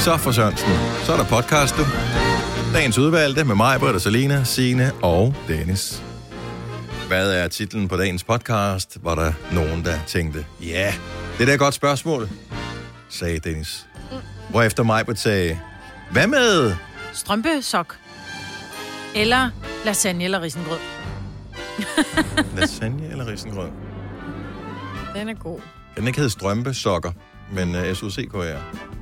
Så for Sørensen. Så er der podcast, du. Dagens udvalgte med mig, Britta, Selina, Signe og Dennis. Hvad er titlen på dagens podcast? Var der nogen, der tænkte, ja, det er da et godt spørgsmål, sagde Dennis. Hvorefter Majbert sagde, hvad med? Strømpesok. Eller lasagne eller risengrød. Lasagne eller risengrød? Den er god. Den ikke hedder strømpesokker, men SUCKR.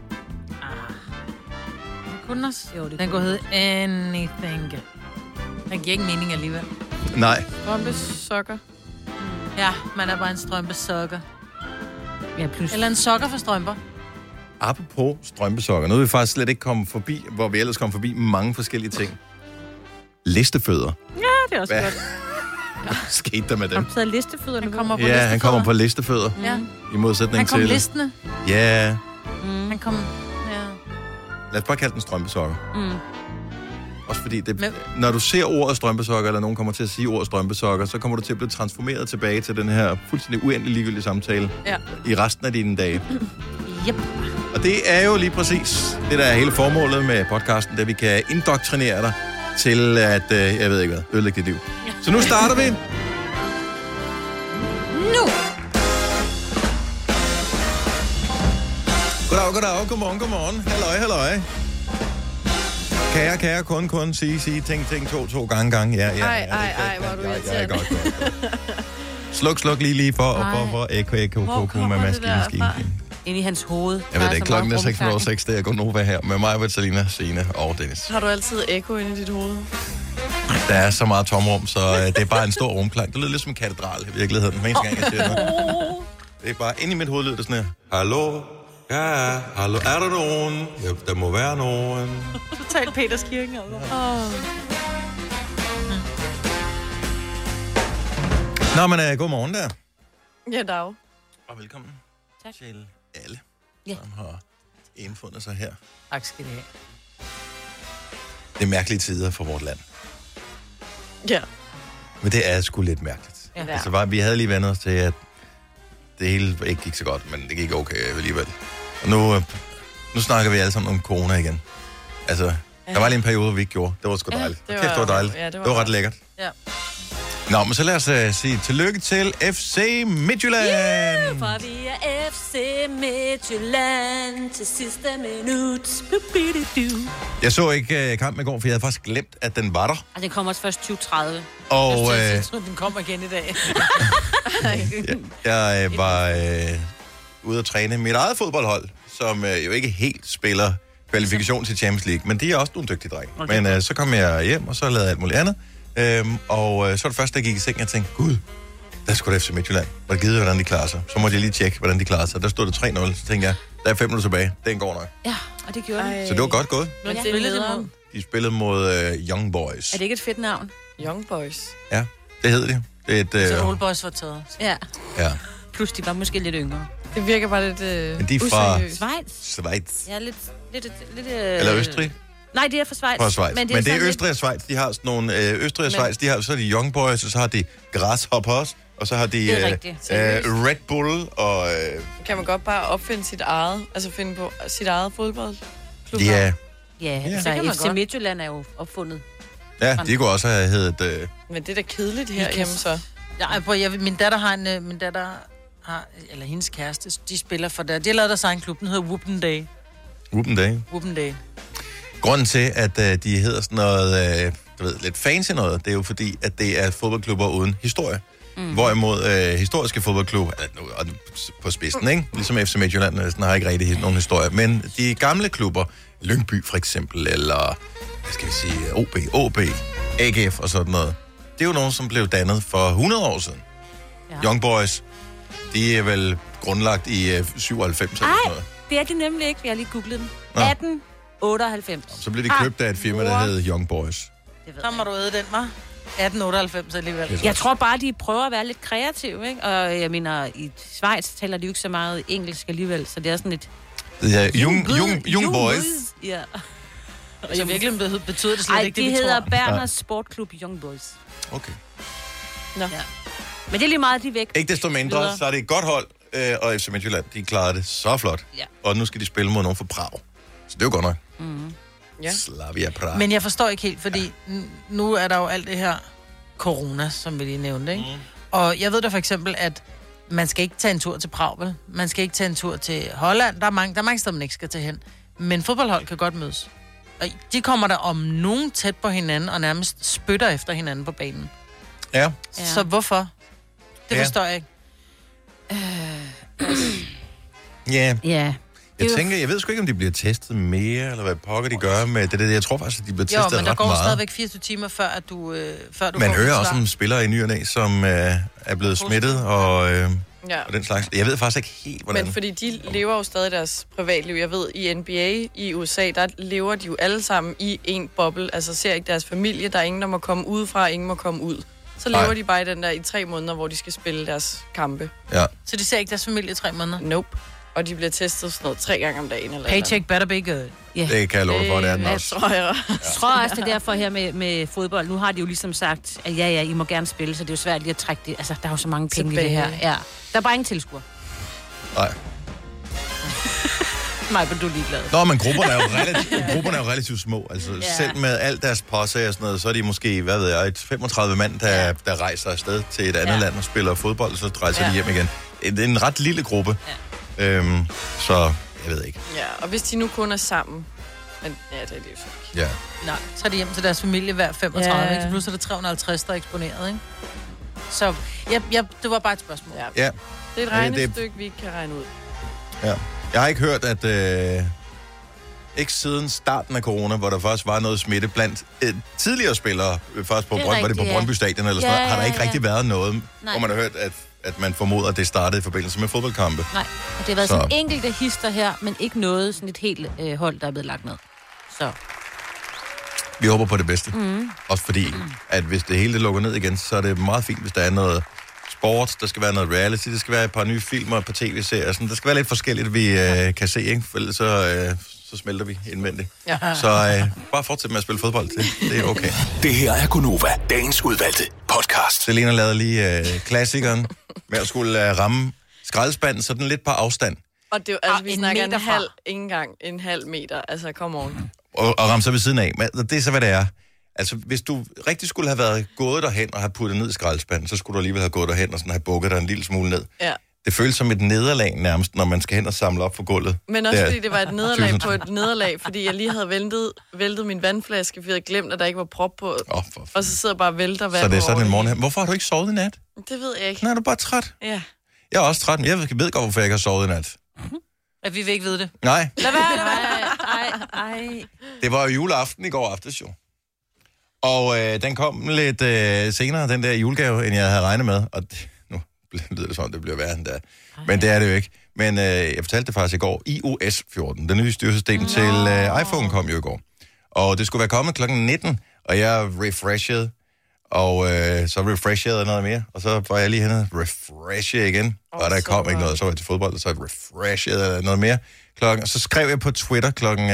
Den kunne hedde anything. Den giver ikke mening alligevel. Nej. Strømpesokker. Ja, man er bare en strømpesokker. Ja, plus. Eller en sokker for strømper. Apropos strømpesokker. Nu er vi faktisk slet ikke kommet forbi, hvor vi ellers kom forbi mange forskellige ting. Listefødder. Ja, det er også godt. Hvad skete der med dem? Han sidder listefødderne på. Ja, han kommer på listefødder. Ja. I modsætning Han kom til... listende. Ja. Han kom... Ja. Lad os bare kalde den strømpesokker. Mm. Også fordi, når du ser ordet strømpesokker, eller nogen kommer til at sige ordet strømpesokker, så kommer du til at blive transformeret tilbage til den her fuldstændig uendelig ligegyldige samtale i resten af dine dage. Yep. Og det er jo lige præcis det, der er hele formålet med podcasten, at vi kan indoktrinere dig til at, jeg ved ikke hvad, ødelægge dit liv. Så nu starter vi. Nu! Goddag, godmorgen. Halløj. Kære, kun, sige, ting, to gange. Ja. Ej, hvor er du irriterende. Godt. Sluk lige for ækko med maskinen. Ind i hans hoved. Jeg ved det ikke, klokken er 6:06, det er Gonova her med mig, Selina, Signe og Dennis. Har du altid ekko inde i dit hoved? Der er så meget tomrum, så det er bare en stor rumklang. Det lyder lidt som en katedral i virkeligheden. Hver eneste gang, jeg siger noget. Det er bare inde i mit hoved, lyder det sådan her. Hallo? Ja, hallo, er der nogen? Ja, der må være nogen. Total Peterskirken, altså. Nå, men god morgen der. Ja, dag. Og velkommen til alle, som har indfundet sig her. Tak skal I have. Det er mærkelige tider for vort land. Ja. Men det er sgu lidt mærkeligt. Ja. Altså, vi havde lige vendt os til, at det hele ikke gik så godt, men det gik okay alligevel. Og nu snakker vi alle sammen om corona igen. Altså, der var lige en periode, vi ikke gjorde. Det var sgu dejligt. Det var dejligt. Ja, det var ret lækkert. Ja. Nå, men så lad os sige tillykke til FC Midtjylland. Yeah, for vi er FC Midtjylland til sidste minut. Jeg så ikke kampen i går, for jeg havde faktisk glemt, at den var der. Og den kommer også først 2030. Og Jeg tror, den kommer igen i dag. jeg var ude at træne mit eget fodboldhold, som jo ikke helt spiller kvalifikation til Champions League, men de er også nogle dygtige drenge. Okay. Men så kom jeg hjem, og så lavede jeg alt muligt andet. Og så var det første, der gik i seng, jeg tænkte, gud, der skulle det FC Midtjylland. Var det givet, hvordan de klarer sig? Så måtte jeg lige tjekke, hvordan de klarer sig. Der stod det 3-0, så tænkte jeg, der er 5 minutter tilbage. Den går nok. Ja, og det gjorde den. Så det var godt gået. Men Ja. det er lederen. De spillede mod Young Boys. Er det ikke et fedt navn? Young Boys. Ja, det hedder de. Det er et, Så Old Boys var taget. Ja. ja. Plus de var måske lidt yngre. Det virker bare lidt Men de er fra useriøst. Schweiz. Ja, lidt Eller Østrig. Nej, det er fra Schweiz. Fra Schweiz. Men det er sådan Østrig og Schweiz. De har sådan nogle Østrig og Schweiz. De har så er de Young Boys, og så har de Grasshoppers, og så har de Det er rigtigt. Red Bull og Kan man godt bare opfinde sit eget, altså finde på sit eget fodboldklub? ja, Ja, det altså kan man FC godt. Midtjylland er jo opfundet. ja, de kunne også have heddet Men det er da kedeligt herhjemme så. Ja, min datter har eller hendes kæreste, de spiller for der. De har lavet deres egen klub, den hedder Whoop'n'Day. Whoop'n'Day. Grunden til, at de hedder sådan noget, du ved, lidt fancy noget, det er jo fordi, at det er fodboldklubber uden historie. Hvorimod historiske fodboldklubber, på spidsen, ikke? Ligesom FC Midtjylland, den har ikke rigtig nogen historie. Men de gamle klubber, Lyngby for eksempel, eller, hvad skal vi sige, OB, AGF og sådan noget, det er jo nogen, som blev dannet for 100 år siden. Ja. Young Boys, de er vel grundlagt i 97 eller sådan noget. Det er de nemlig ikke. Jeg har lige googlet den. Nå. 1898. Så blev de købt af et firma, der hed Young Boys. Så må du æde den, hva'? 1898 alligevel. Jeg tror bare, de prøver at være lidt kreative, ikke? Og jeg mener, i Schweiz taler de jo ikke så meget engelsk alligevel, så det er sådan lidt... Det er Young Boys. Ja. Så virkelig betyder det slet Ej, ikke det, de vi hedder tror. Berners Sportklub Young Boys. Okay. Nå. Ja. Men det er lige meget, de er væk. Ikke desto mindre, Videre. så er det et godt hold, og FC Midtjylland, de klarede det så flot. Ja. Og nu skal de spille mod nogen fra Prag. Så det er jo godt nok. Ja. Slavia Prag. Men jeg forstår ikke helt, fordi nu er der jo alt det her corona, som vi lige nævnte, ikke? Og jeg ved da for eksempel, at man skal ikke tage en tur til Prag, vel? Man skal ikke tage en tur til Holland. Der er mange steder, man ikke skal tage hen. Men fodboldhold kan godt mødes. Og de kommer der om nogen tæt på hinanden, og nærmest spytter efter hinanden på banen. Ja. Så hvorfor? Det forstår jeg ikke. Ja. Ja. Jeg ved sgu ikke, om de bliver testet mere, eller hvad pokker de gør med det. Jeg tror faktisk, at de bliver testet ret meget. Jo, men der går stadigvæk 24 timer, før du Man hører også om spillere i ny og næ, som er blevet smittet, og den slags. Jeg ved faktisk ikke helt, hvordan... Men fordi de lever jo stadig deres privatliv. Jeg ved, i NBA i USA, der lever de jo alle sammen i en boble. Altså ser ikke deres familie. Der er ingen, der må komme udefra, ingen må komme ud. Så lever de bare i den der i 3 måneder, hvor de skal spille deres kampe. Ja. Så de ser ikke deres familie i 3 måneder? Nope. Og de bliver testet sådan noget 3 gange om dagen. Eller Paycheck better be good. Yeah. Det kan jeg love for, det er den også. Jeg tror også, det er derfor her med fodbold. Nu har de jo ligesom sagt, at ja, I må gerne spille, så det er jo svært lige at trække det. Altså, der er jo så mange penge i det her. Ja. Der er bare ingen tilskuer. Nej. Nej, men du er ligeglad. Nå, men grupperne er jo relativt små. Altså, selv med alt deres posse og sådan noget, så er de måske, 35 mand, der rejser afsted til et andet land og spiller fodbold, så rejser de hjem igen. Det er en ret lille gruppe. Ja. Så jeg ved ikke. Ja, og hvis de nu kun er sammen, men det er det jo så ikke. Ja. Nej, så er de hjem til deres familie hver 35, ikke? Plus er det 350, der er eksponeret, ikke? Så det var bare et spørgsmål. Ja. Det er et regnestykke, vi ikke kan regne ud. Ja. Jeg har ikke hørt, at ikke siden starten af corona, hvor der faktisk var noget smitte blandt tidligere spillere, først på Brøndby Stadion eller sådan noget, har der ikke rigtig været noget, hvor man har hørt, at man formoder, at det startede i forbindelse med fodboldkampe. Nej, og det har været sådan enkelte hister her, men ikke noget sådan et helt hold, der er blevet lagt ned. Så. Vi håber på det bedste. Også fordi, at hvis det hele lukker ned igen, så er det meget fint, hvis der er noget sport, der skal være noget reality, der skal være et par nye filmer på tv-serier, sådan. Der skal være lidt forskelligt, vi kan se, ikke? For ellers så smelter vi indvendigt. Ja. Så bare fortsæt med at spille fodbold, det er okay. Det her er Gonova, dagens udvalgte podcast. Selena lavede lige klassikeren med at skulle ramme skraldespanden, sådan lidt på afstand. Og det er altså, vi snakker en halv meter, altså come on. Og ramme sig ved siden af, men det er så, hvad det er. Altså, hvis du rigtig skulle have været gået derhen og have puttet ned i skraldespanden, så skulle du alligevel have gået derhen og sådan have bukket dig en lille smule ned. Ja. Det føles som et nederlag nærmest, når man skal hen og samle op for gulvet. Men også fordi det var et nederlag på et nederlag, fordi jeg lige havde væltet min vandflaske, fordi jeg havde glemt, at der ikke var prop på. Og så sidder jeg bare og vælter vand. Så det er sådan en morgen. Hvorfor har du ikke sovet i nat? Det ved jeg ikke. Nej, er du bare træt? Ja. Jeg er også træt, men jeg ved godt, hvorfor jeg ikke har sovet i nat. At vi vil ikke vide det. Nej. Lad være. Ej. Det var jo juleaften i går aftes, jo. Og den kom lidt senere, den der julegave, end jeg havde regnet med. Og nu lyder det som, det bliver værre end der. Men det er det jo ikke. Men jeg fortalte det faktisk i går. iOS 14, det nye styresystem til iPhone, kom jo i går. Og det skulle være kommet klokken 19, og jeg refreshede. Og så refreshede jeg noget mere. Og så var jeg lige henne og refreshede igen. Og der kom ikke noget, så var jeg til fodbold, og så refreshede noget mere. Og så skrev jeg på Twitter klokken 22.07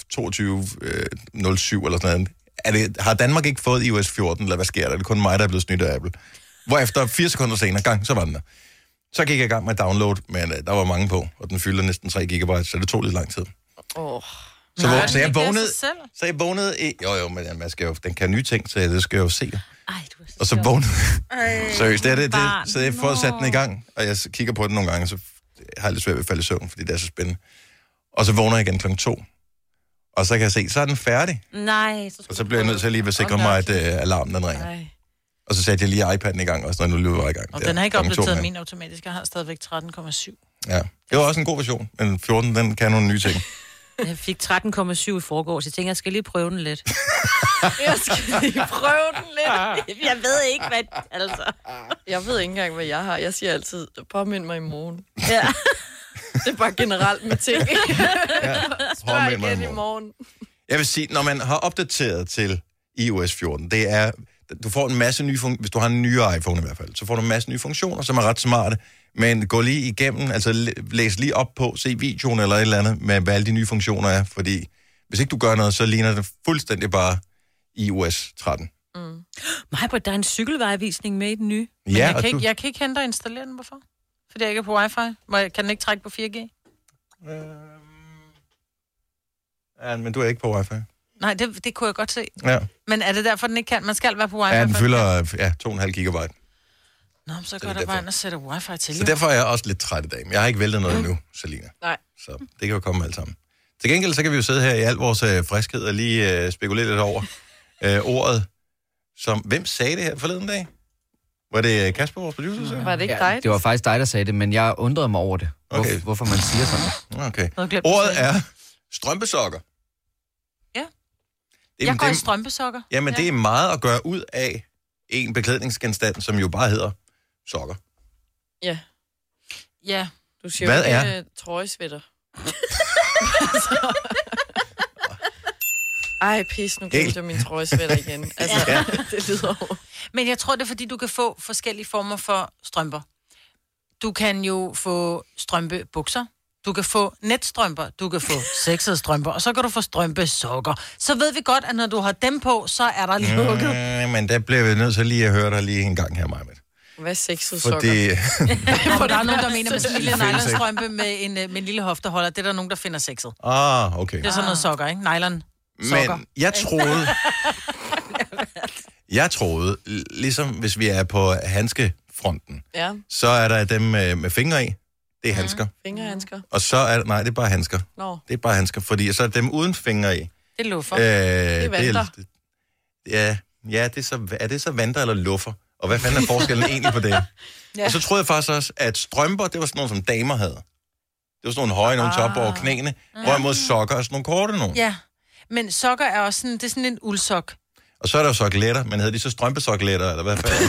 eller sådan noget. Har Danmark ikke fået iOS 14, eller hvad sker der? Det er kun mig, der er blevet snydt af Apple. Hvorefter 4 sekunder senere, så var den der. Så gik jeg i gang med at downloade, men der var mange på, og den fylder næsten 3 gigabyte, så det tog lidt lang tid. Så jeg vågnede i... Jo, men man skal jo... Den kan nye ting, så det skal jeg jo se. Og så vågnede... Seriøst, det er det. Så jeg får sat den i gang, og jeg kigger på den nogle gange, så har jeg lidt svært ved at falde i søvn, fordi det er så spændende. Og så vågner jeg igen klokken 2. Og så kan jeg se, så er den færdig. Nej. Og så bliver jeg nødt til at lige sikre mig, at alarmen den ringer. Nej. Og så satte jeg lige iPad'en i gang, og så nu løber jeg i gang. Og den har ikke opdateret min automatisk. Jeg har stadigvæk 13,7. Ja, det var også en god version, men 14, den kan nogle nye ting. Jeg fik 13,7 i forgårs. Jeg tænker, jeg skal lige prøve den lidt. Jeg ved ikke, hvad... Altså. Jeg ved ikke engang, hvad jeg har. Jeg siger altid, påmind mig i morgen. Ja. Det er bare generelt med ting. Spørg igen i morgen. Jeg vil sige, når man har opdateret til iOS 14, det er, du får en masse nye funktioner, hvis du har en nyere iPhone i hvert fald, så får du en masse nye funktioner, som er ret smarte, men gå lige igennem, altså læs lige op på, se videoen eller et eller andet, med hvad alle de nye funktioner er, fordi hvis ikke du gør noget, så ligner det fuldstændig bare iOS 13. Majbert, der er en cykelvejvisning med i den nye. Men ja, jeg kan ikke hente og installere den, hvorfor? Fordi jeg ikke er på wifi. Kan den ikke trække på 4G? Ja, men du er ikke på wifi. Nej, det kunne jeg godt se. Ja. Men er det derfor, den ikke kan? Man skal være på wifi. Ja, den fylder 2,5 gigabyte. Nå, så går der bare ind og sætter wifi til. Så derfor er jeg også lidt træt i dag. Men jeg har ikke væltet noget endnu, Selina. Nej. Så det kan jo komme alt sammen. Til gengæld, så kan vi jo sidde her i al vores friskhed og lige spekulere lidt over ordet, som... Hvem sagde det her forleden dag? Var det Kasper, vores producer? Var det ikke dig? Det var faktisk dig, der sagde det, men jeg undrede mig over det. Hvorfor man siger sådan. Okay. Ordet er strømpesokker. Ja. Jeg går i strømpesokker. Jamen, det er meget at gøre ud af en beklædningsgenstand, som jo bare hedder sokker. Ja. Ja. Du siger hvad jo er trøjesvætter. Ej, pis, nu glemte jeg min trøjesvætter igen. Altså, ja. Det lyder over. Men jeg tror, det er, fordi du kan få forskellige former for strømper. Du kan jo få strømpebukser. Du kan få netstrømper, du kan få sexede strømper, og så kan du få strømpesokker. Så ved vi godt, at når du har dem på, så er der lukket. Men der bliver vi nødt til lige at høre dig lige en gang her, Majbet. Hvad er sexede sokker? For der er nogen, der mener med sådan en lille nylonstrømpe med en lille hofteholder. Det er der nogen, der finder sexet. Okay. Det er sådan noget sokker, ikke? Nylon sokker. Men jeg troede, ligesom hvis vi er på handskefronten, så er der dem med fingre i. Det er handsker. Fingerhandsker. Og så er nej, det er bare handsker. Det er bare handsker, fordi så er dem uden fingre i. Det er luffer. Det er vanter. Ja, er det så vanter eller luffer? Og hvad fanden er forskellen egentlig på det? Ja. Og så troede jeg faktisk også, at strømper, det var sådan nogle, som damer havde. Det var sådan nogle høje, nogle top over knæene, hvorimod sokker er sådan nogle korte nogle. Ja, men sokker er også sådan, det er sådan en uldsok. Og så er der jo sokletter, men hedder de så strømpesokletter, eller hvad fanden?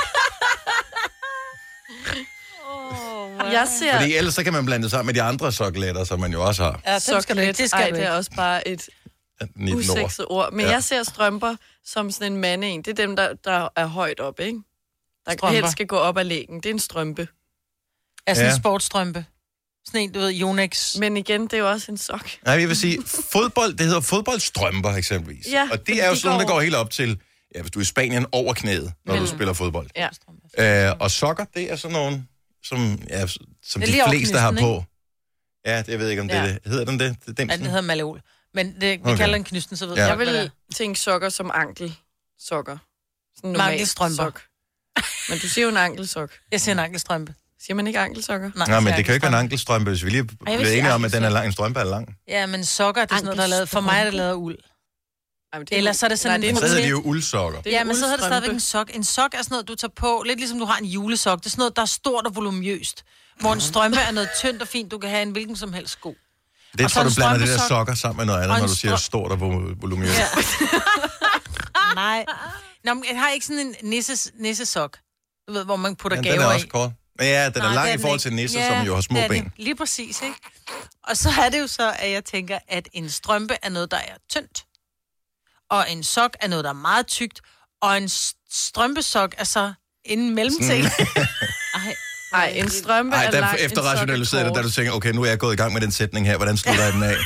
Jeg ser... Fordi ellers så kan man blande det sammen med de andre sokletter, som man jo også har. Ja, det er også bare et usekset ord. Men jeg ser strømper som sådan en mande-en. Det er dem, der er højt op, ikke? Der helst skal gå op ad lægen. Det er en strømpe. Altså en sportstrømpe. Sådan en, du ved, Yonex. Men igen, det er jo også en sok. Nej, jeg vil sige, fodbold, det hedder fodboldstrømper eksempelvis. Ja, og det er jo sådan nogle, der går helt op til, hvis du er i Spanien, over knæet, når du spiller fodbold. Ja. Og sokker, det er sådan nogle, som de fleste har på. Ja, det, jeg ved ikke, om det hedder den det. Ja, det hedder maleol. Men vi kalder den knysten, så ved jeg vil tænke sokker som ankelsokker. Sådan en ankelstrømper. Sok. Men du siger jo en ankelsok. Jeg siger en ankelstrømpe. Siger man ikke ankelsokker? Nej, men det kan jo ikke være en ankelstrømpe, hvis vi lige bliver enige om, at den er lang, en strømpe er lang. Ja, men sokker, det er sådan noget, der er lavet. For mig er det lavet af uld. Eller så er det sådan så hedder det jo uldsokker. Ja, men så hedder det stadigvæk en sok. En sok er sådan noget, du tager på, lidt ligesom du har en julesok. Det er sådan noget, der er stort og volumøst. Hvor en strømpe er noget tyndt og fint, du kan have en hvilken som helst sko. Det tror du blander det der sokker sammen med noget andet, når du siger stort og volumøst. Ja. Nej. Nå, men jeg har ikke sådan en nissesok. Du ved, hvor man putter gaver i. Den er også kort. Ja, den er lang i forhold til nisser, som jo har små ben. Lige præcis, ikke? Og så er det jo så, at jeg tænker, at en strømpe er noget, der er tyndt. Og en sok er noget, der er meget tykt. Og en strømpesok er så en mellemting. Nej, en strømpe er lang, efter rationaliseret det, da du tænker, okay, nu er jeg gået i gang med den sætning her. Hvordan slutter jeg den af?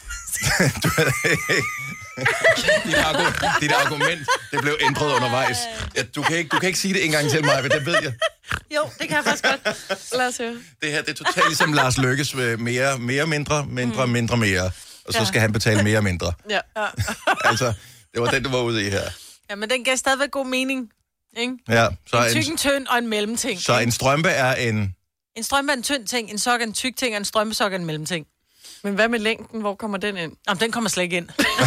Dit argument, det blev ændret undervejs. Ja, du kan ikke sige det en gang til mig, men det ved jeg. Jo, det kan jeg faktisk godt. Lad os høre. Det her, det er totalt ligesom Lars Løkkes mere, mindre, mere. Og så skal han betale mere, mindre. Ja. Altså, det var den, du var ude i her. Ja, men den gav stadigvæk god mening, ikke? Ja, så en tyk, en tynd og en mellemting. Så en strømpe er en... En strømpe er en tynd ting, en sok er en tyk ting, og en strømpesok er en mellemting. Men hvad med længden? Hvor kommer den ind? Jamen, den kommer slet ikke ind.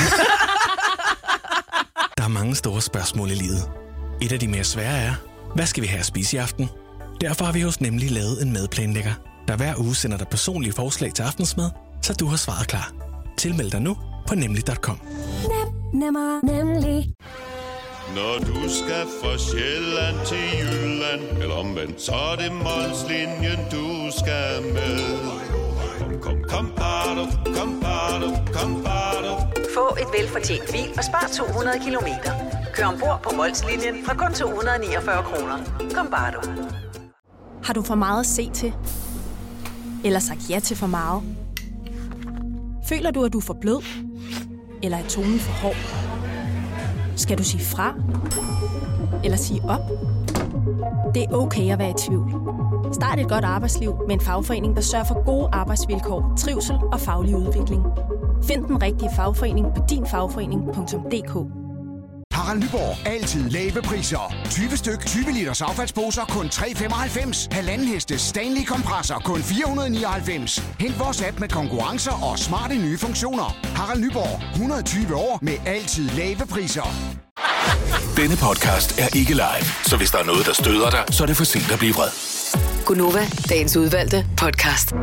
Der er mange store spørgsmål i livet. Et af de mere svære er, hvad skal vi have at spise i aften? Derfor har vi hos Nemlig lavet en madplanlægger, der hver uge sender dig personlige forslag til aftensmad, så du har svaret klar. Tilmeld dig nu på nemlig.com. Nemlig. Når du skal fra Sjælland til Jylland, eller omvendt, så er det Molslinjen, du skal med. Kom, bado, kom, bado. Få et velfortjent bil og spar 200 kilometer. Kør ombord på Molslinjen fra kun 249 kroner. Kom, bado. Har du for meget at se til? Eller sagt ja til for meget? Føler du, at du er for blød? Eller er tonen for hård? Skal du sige fra? Eller sige op? Det er okay at være i tvivl. Start et godt arbejdsliv med en fagforening, der sørger for gode arbejdsvilkår, trivsel og faglig udvikling. Find den rigtige fagforening på dinfagforening.dk. Harald Nyborg. Altid lave priser. 20 styk, 20 liters affaldsposer kun 3,95. Halvanden heste Stanley kompresser kun 499. Hent vores app med konkurrencer og smarte nye funktioner. Harald Nyborg. 120 år med altid lave priser. Denne podcast er ikke live, så hvis der er noget, der støder dig, så er det for sent at blive vred. Gunova, dagens udvalgte podcast.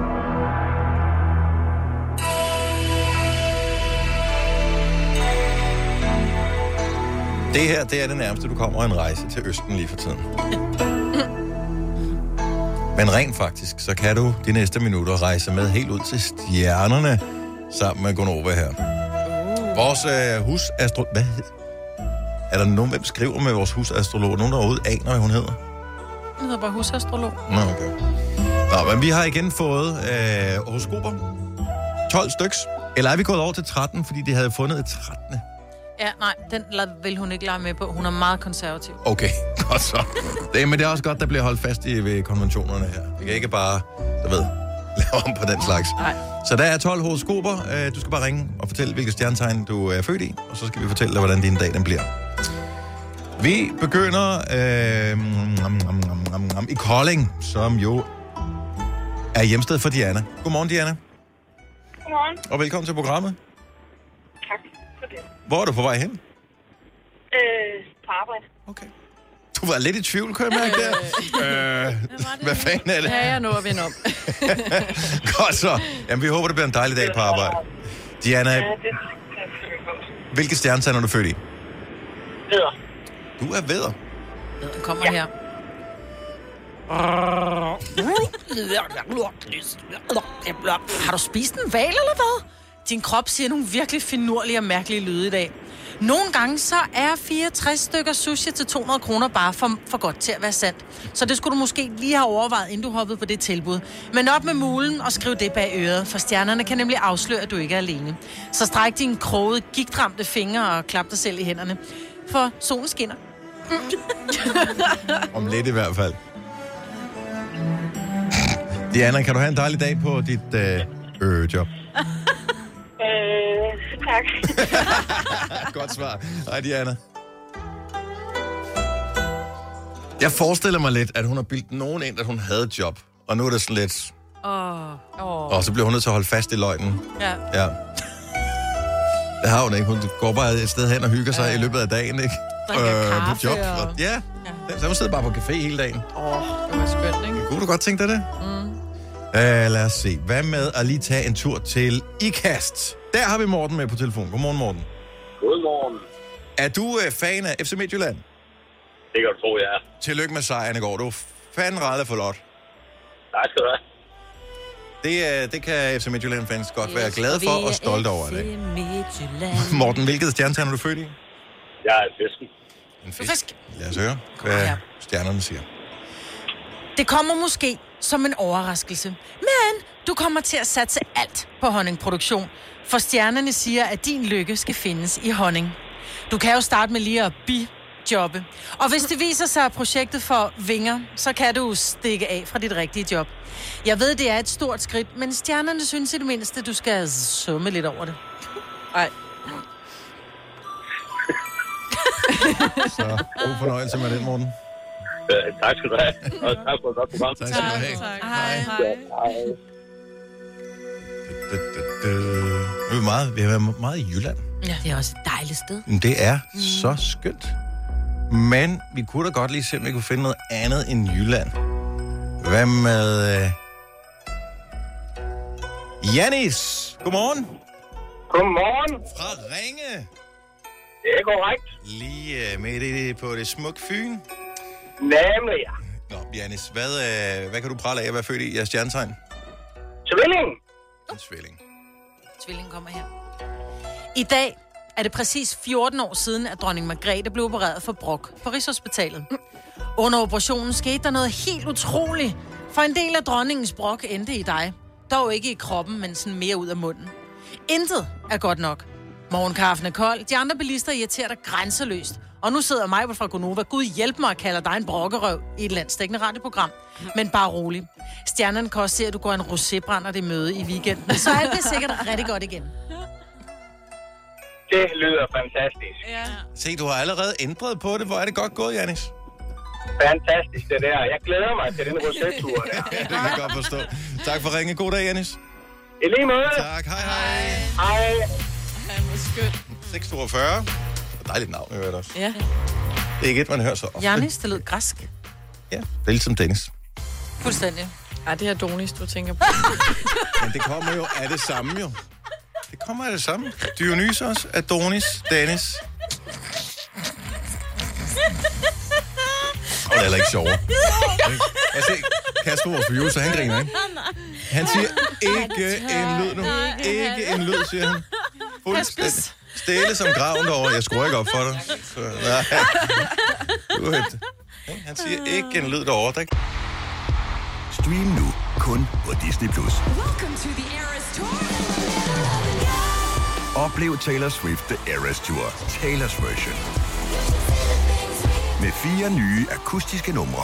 Det her, det er det nærmeste, du kommer en rejse til Østen lige for tiden. Men rent faktisk, så kan du de næste minutter rejse med helt ud til stjernerne sammen med Gunova her. Vores husastrolog... Hvad er der nogen, hvem skriver med vores husastrolog? Nogen, der overhovedet aner, hvad hun hedder? Hun hedder bare husastrolog. Nå, okay. Nå, men vi har igen fået horoskoper. 12 styks. Eller er vi gået over til 13, fordi de havde fundet et 13. Ja, nej, den vil hun ikke lege med på. Hun er meget konservativ. Okay, godt så. Men det er også godt, der bliver holdt fast i ved konventionerne her. Vi kan ikke bare, du ved, lave om på den slags. Nej. Så der er 12 horoskoper. Du skal bare ringe og fortælle, hvilket stjernetegn du er født i. Og så skal vi fortælle dig, hvordan din dag den bliver. Vi begynder i Kolding, som jo er hjemsted for Diana. Godmorgen, Diana. Godmorgen. Og velkommen til programmet. Tak for det. Hvor er du på vej hen? På arbejde. Okay. Du var lidt i tvivl, kan jeg mærke der. Hvad fanden er det? Ja, jeg når at vende om. Godt så. Jamen, vi håber, det bliver en dejlig dag på arbejde. Diana, hvilke stjernetegn er du født i? Vædder. Du er vædder. Den kommer her. Har du spist en hval, eller hvad? Din krop siger nogle virkelig finurlige og mærkelige lyde i dag. Nogle gange så er 64 stykker sushi til 200 kroner bare for godt til at være sandt. Så det skulle du måske lige have overvejet, inden du hoppede på det tilbud. Men op med mulen og skriv det bag øret, for stjernerne kan nemlig afsløre, at du ikke er alene. Så stræk dine krogede, gigtramte fingre og klap dig selv i hænderne. For solen skinner. Om lidt i hvert fald. Diana, kan du have en dejlig dag på dit job? Tak. Godt svar. Hej, Diana. Jeg forestiller mig lidt, at hun har bildt nogen ind, at hun havde et job. Og nu er det sådan lidt... Og så bliver hun nødt til at holde fast i løgnen. Ja. Det har hun ikke. Hun går bare et sted hen og hygger sig i løbet af dagen, ikke? Drikker kaffe på job. Ja. Så hun sidder bare på café hele dagen. Det var skønt, ikke? Kunne du godt tænke dig det? Lad os se. Hvad med at lige tage en tur til IKAST? Der har vi Morten med på telefon. Godmorgen, Morten. Godmorgen. Er du fan af FC Midtjylland? Det kan du tro, jeg er. Tillykke med sejren i går. Du er fandme rædde for lot. Tak skal du have. Det kan FC Midtjylland-fans godt være glade for og stolte over det. Morten, hvilket stjernetegn er du født i? Jeg er fisken. En fisk. Lad os høre, hvad stjernerne siger. Det kommer måske som en overraskelse. Men du kommer til at satse alt på honningproduktion. For stjernerne siger, at din lykke skal findes i honning. Du kan jo starte med lige at bijobbe. Og hvis det viser sig, at projektet får vinger, så kan du stikke af fra dit rigtige job. Jeg ved, det er et stort skridt, men stjernerne synes i det mindste, du skal summe lidt over det. Nej. Så god fornøjelse med den, Morten. Tak skal du have. Og tak for et godt program. Tak skal du have. Tak. Hej. Vi har været meget i Jylland. Ja, det er også et dejligt sted. Det er så skønt. Men vi kunne da godt lige se, om vi kunne finde noget andet end Jylland. Hvad med... Janis, godmorgen. Godmorgen. Fra Ringe. Det er korrekt. Lige med på det smukke Fyn. Nemlig, ja. Nå, Janis, hvad kan du prale af at være født i jeres stjernetegn? Tvilling. En tvilling. Tvilling kommer her. I dag er det præcis 14 år siden, at dronning Margrethe blev opereret for brok på Rigshospitalet. Under operationen skete der noget helt utroligt, for en del af dronningens brok endte i dig. Dog ikke i kroppen, men sådan mere ud af munden. Intet er godt nok. Morgenkaffen er kold, de andre bilister irriterer dig grænseløst. Og nu sidder mig fra Gonova. Gud hjælp mig at kalde dig en brokkerøv i et landsdækkende radioprogram. Men bare rolig. Stjernerne kan også se, at du går en rosébrænder det møde i weekenden. Så er det sikkert rigtig godt igen. Det lyder fantastisk. Ja. Se, du har allerede ændret på det. Hvor er det godt gået, Janis? Fantastisk, det der. Jeg glæder mig til den rosettur der. Ja, det kan jeg godt forstå. Tak for ringen. God dag, Janis. I lige måde. Tak. Hej. Hej. Han var skønt. 642. Dejligt navn, jeg også. Ja. Det er ikke et, man hører så ofte. Janis, det lød græsk. Ja, det er ligesom Dennis. Fuldstændig. Ej, det er Adonis, du tænker på. Men det kommer jo af det samme, jo. Det kommer af det samme. Dionysos, Adonis, Dennis. Og det er heller ikke sjovere. Og se, Kasper, vores producer, han griner, ikke? Han siger ikke en lyd nu. Ikke en lyd, siger han. Fuldstændig stille som graven derovre. Jeg skruer ikke op for dig. Så, nej. Han siger ikke en lyd derovre, ikke? Stream nu kun på Disney+. Oplev Taylor Swift The Eras Tour, Taylor's version. Med 4 nye akustiske numre.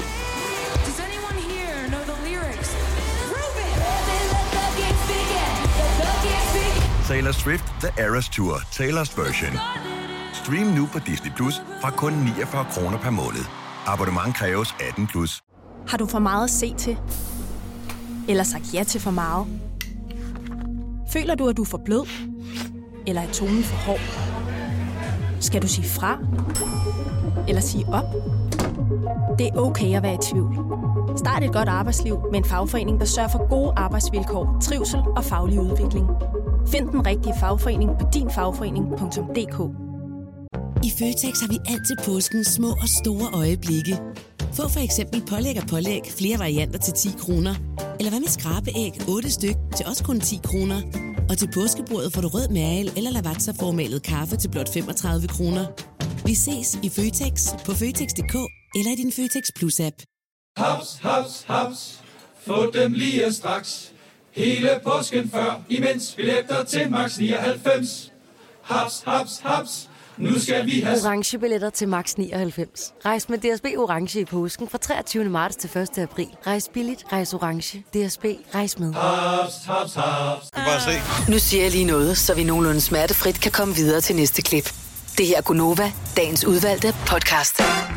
Taylor Swift The Eras Tour, Taylor's version. Stream nu på Disney+ fra kun 49 kroner per måned. Abonnement kræves 18+. Har du for meget at se til? Eller sagt ja til for meget? Føler du, at du er for blød? Eller er tonen for hård? Skal du sige fra? Eller sige op? Det er okay at være i tvivl. Start et godt arbejdsliv med en fagforening, der sørger for gode arbejdsvilkår, trivsel og faglig udvikling. Find den rigtige fagforening på dinfagforening.dk. I Føtex har vi altid påskens små og store øjeblikke. Få for eksempel pålæg og pålæg flere varianter til 10 kroner. Eller hvad med skrabeæg 8 styk til også kun 10 kroner. Og til påskebordet får du rød mal eller lavatserformalet kaffe til blot 35 kroner. Vi ses i Føtex på Føtex.dk eller i din Føtex Plus-app. Haps, haps, haps. Få dem lige straks. Hele påsken før, imens billetter til max 99. Haps, haps, haps. Nu skal vi have orange billetter til max 99. Rejs med DSB Orange i påsken fra 23. marts til 1. april. Rejs billigt, rejs orange. DSB, rejs med. Haps, haps, haps. Bare se. Nu siger jeg lige noget, så vi nogenlunde smertefrit kan komme videre til næste klip. Det her er Gunova, dagens udvalgte podcast.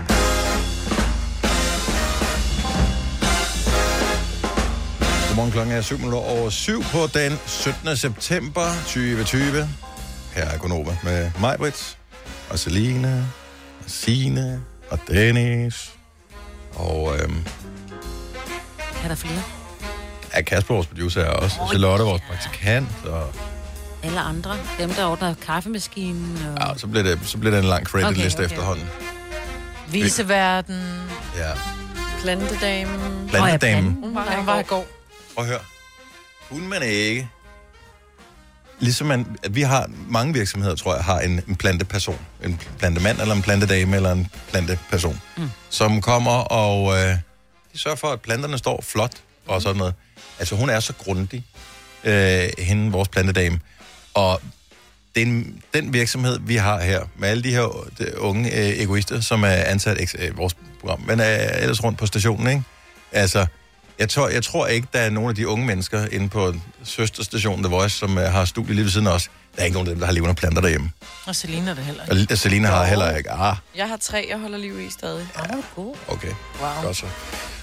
Godmorgen, klokken er 7:07 på den 17. september 2020. Her er Gunova med mig, Britt, og Selina, og Signe, og Dennis. Og Er der flere? ja, Kasper, vores producer, er også. Charlotte, vores praktikant. Og Alle andre. Dem, der ordner kaffemaskinen. Og... ja, så bliver det en lang credit-liste efterhånden. Viseverden. Ja. Plantedamen. Plantedamen. Hun var i går. Prøv at høre. Kunne man ikke... Ligesom at vi har mange virksomheder, tror jeg, har en planteperson. En plantemand, eller en plantedame, eller en planteperson. Som kommer og de sørger for, at planterne står flot og sådan noget. Altså, hun er så grundig, hende, vores plantedame. Og den virksomhed, vi har her, med alle de her unge egoister, som er ansat i vores program, men er ellers rundt på stationen, ikke? Altså, jeg tror ikke, der er nogen af de unge mennesker inde på søsterstationen The Voice, som har studie lige ved siden af os. Der er ikke nogen af dem, der har levende planter derhjemme. Og Selina det heller ikke. Og Selina har heller ikke. Jeg har 3, jeg holder liv i stadig. Okay, wow. Godt så.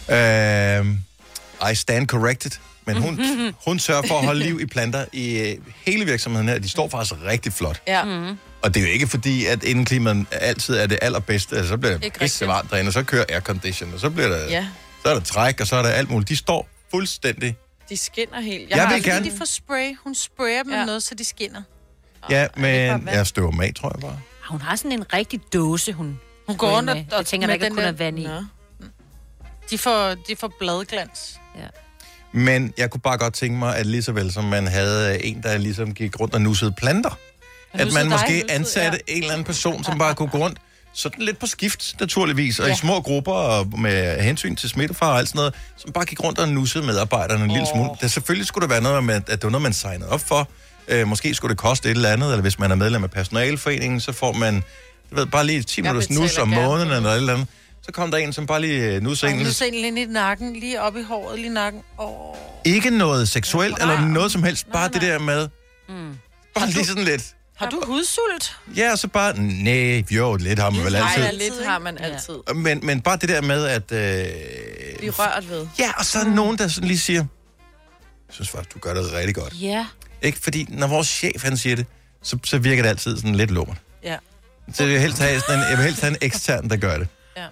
I stand corrected. Men hun sørger for at holde liv i planter i hele virksomheden her. De står faktisk rigtig flot. Ja. Og det er jo ikke fordi, at indeklimaet altid er det allerbedste. Altså, så bliver det pisse varmt derinde, og så kører aircondition, og så bliver der... Ja. Så er der træk, og så er der alt muligt. De står fuldstændig... De skinner helt. Jeg vil gerne... De får spray. Hun sprayer dem med noget, så de skinner. Ja, men jeg støver dem af, tror jeg bare. Hun har sådan en rigtig dåse, hun går rundt og jeg tænker, der ikke kun er vand i. De får bladglans. Ja. Men jeg kunne bare godt tænke mig, at lige så vel som man havde en, der ligesom gik rundt og nussede planter, at man måske ansatte en eller anden person, som bare kunne gå rundt, sådan lidt på skift, naturligvis, og i små grupper, og med hensyn til smittefare og alt sådan noget, som bare gik rundt og nussede medarbejderne en lille smule. Der selvfølgelig skulle der være noget med, at det var noget, man signede op for. Måske skulle det koste et eller andet, eller hvis man er medlem af personalforeningen, så får man, bare lige 10 minutters nus om måneden, eller et eller andet. Så kom der en, som bare lige nusser en. Nusser en lige i nakken, lige op i håret, lige i nakken. Åh. Ikke noget seksuelt, eller noget som helst, bare det der med, bare lige sådan lidt. Har du hudsult? Ja, og så bare, nej, jo, lidt har man vel altid. Nej, lidt har man altid. Men bare det der med, at... Blive rørt ved. Ja, og så er nogen, der sådan lige siger, jeg synes faktisk, du gør det rigtig godt. Ja. Ikke? Fordi når vores chef, han siger det, så virker det altid sådan lidt lummert. Ja. Så jeg vil helst have en ekstern, der gør det. Ja.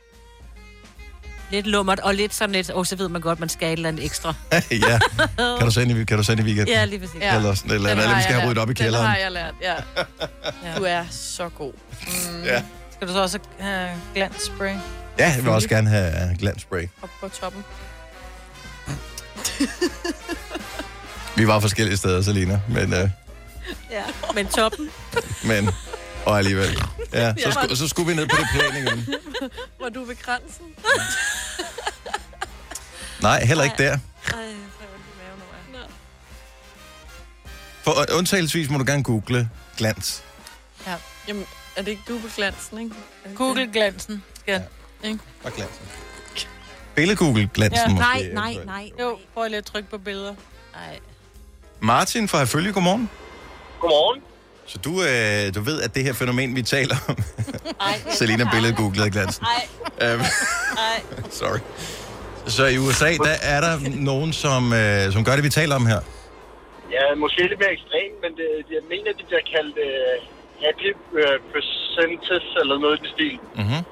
Lidt lummert, og lidt sådan lidt, så ved man godt, man skal et eller andet ekstra. Ja. Kan du sende i weekenden? Ja, lige præcis. Ja. Eller sådan, eller vi skal have ryddet op i kælderen. Den har jeg lært, ja. Du er så god. Ja. Skal du så også have glansspray? Ja, jeg vil også gerne have glansspray. Op på toppen. Vi var forskellige steder, Selina, men... Ja, men toppen. Men... Og alligevel. Ja, så skulle vi ned på det plan igen. Var du ved kransen? Nej, heller ikke der. For undtagelsesvis må du gerne google glans. Ja. Jamen, er det ikke Google glansen, ikke? Google glansen. Ja. Ikke? Og glansen. Billed-google glansen måske. Nej. Jo, prøv lige at trykke på billeder. Nej. Martin fra Herfølge, godmorgen. Godmorgen. Så du ved, at det her fænomen, vi taler om... Selina billed-googlede glansen. Nej. Sorry. Så i USA, der er der nogen, som gør det, vi taler om her. Ja, måske lidt mere ekstremt, men jeg mener, de bliver kaldt happy percentage eller noget i den stil. Mm-hmm.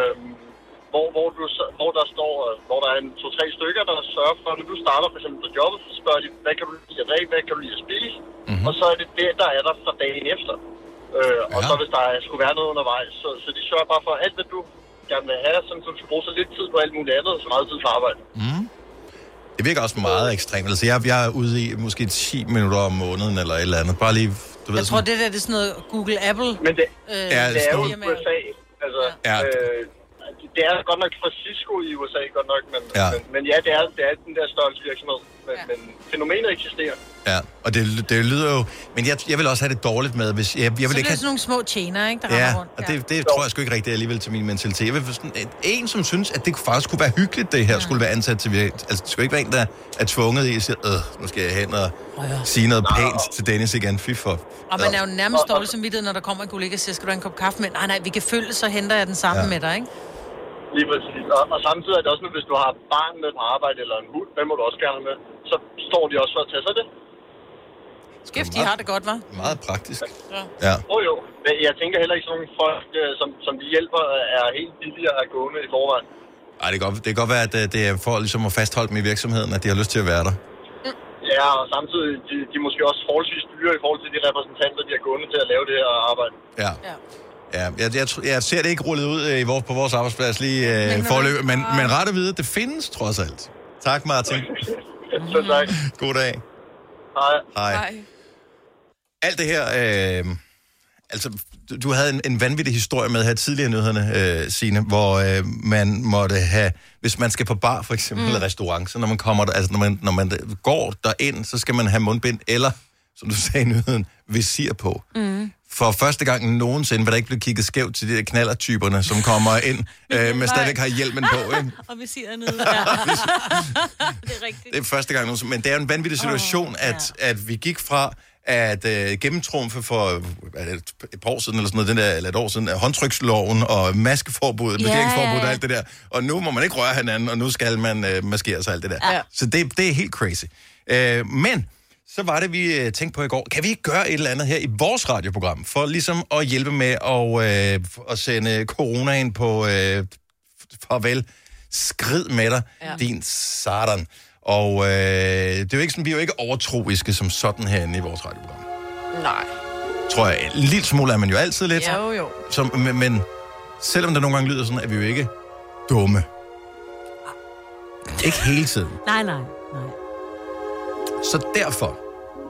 Hvor der står, hvor der er 2-3 stykker, der sørger for, når du starter for eksempel på jobbet, så spørger de, hvad kan du lide at drikke, hvad kan du lide at spise? Mm-hmm. Og så er det der er der fra dagen efter. Og så hvis der skulle være noget undervejs, så de sørger bare for alt, hvad du gerne vil have, sådan, så du skal bruge så lidt tid på alt muligt andet, og så meget tid på arbejde. Mm. Det virker også meget ekstremt. Altså, jeg er ude i måske 10 minutter om måneden eller et eller andet. Bare lige, du ved... Jeg tror, det er sådan noget Google Apple. Men det er jo i USA. Altså, det er godt nok fra Cisco i USA, godt nok, men ja, det er den der størrelse virksomhed. Men fænomenet eksisterer. Ja, og det lyder jo... Men jeg vil også have det dårligt med, hvis... Jeg vil så ikke det er sådan nogle små tjener, ikke, der rammer rundt. Og det tror jeg sgu ikke rigtigt alligevel til min mentalitet. Jeg vil sådan, en, som synes, at det faktisk kunne være hyggeligt, det her skulle være ansat til... Altså, det skulle ikke være en, der er tvunget i at sige, nu skal jeg hen og sige noget pænt til Dennis igen. Fy for... Og man er jo nærmest dårlig samvittighed, når der kommer en kollega og siger, skal du have en kop kaffe med? Nej, vi kan følge, så henter jeg den sammen med dig, ikke? Lige præcis. Og samtidig er det også, hvis du har barn med på arbejde eller en hund, hvad må du også gerne med, så står de også for at tage sig det. Skæft, de har det godt, hva'? Meget praktisk. Ja. Jo. Jeg tænker heller ikke sådan nogle folk, som de hjælper, er helt billigere at gående i forvejen. Ej, det kan godt være, at det er for ligesom at fastholde dem i virksomheden, at de har lyst til at være der. Ja, og samtidig de er måske også forholdsvis dyre i forhold til de repræsentanter, de har gående til at lave det her arbejde. Ja. Jeg ser det ikke rullet ud på vores arbejdsplads lige forløb, men ret at vide, det findes trods alt. Tak, Martin. Så tak. God dag. Hej. Alt det her, altså, du havde en vanvittig historie med her tidligere nyhederne, Signe, hvor man måtte have, hvis man skal på bar for eksempel, eller restaurant, så når man kommer der, altså når man går derind, så skal man have mundbind, eller, som du sagde i nyheden, visir på. For første gang nogensinde vil der ikke blive kigget skævt til de der knallertyperne, som kommer ind, med stadigvæk har hjelmen på, ikke? Og visirer nede. Ja. Det er rigtigt. Det er første gang nogensinde. Men det er jo en vanvittig situation, at vi gik fra at gennemtrumfe for et par år siden, eller sådan noget, eller et år siden, håndtryksloven og maskeforbuddet, parkeringsforbuddet og alt det der. Og nu må man ikke røre hinanden, og nu skal man maskere sig alt det der. Så det er helt crazy. Men så var det, vi tænkte på i går. Kan vi ikke gøre et eller andet her i vores radioprogram, for ligesom at hjælpe med at sende coronaen på farvel. Skrid med dig, din satan. Og det er jo ikke sådan, vi er jo ikke overtroiske som sådan herinde i vores radioprogram. Nej. Tror jeg, en lille smule er man jo altid lidt. Jo. Men selvom det nogle gange lyder sådan, er vi jo ikke dumme. Ikke hele tiden. Nej. Så derfor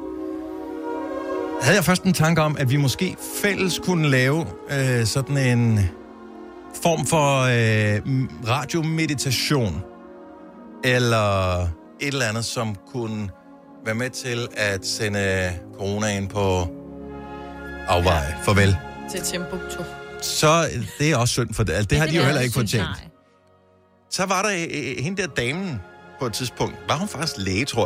havde jeg først en tanke om, at vi måske fælles kunne lave sådan en form for radiomeditation, eller et eller andet, som kunne være med til at sende coronaen på afveje. Farvel. Til Timbuktu. Så det er også synd for det. Det har de jo heller ikke fortjent. Så var der hende der damen på et tidspunkt, var hun faktisk læge, tror jeg,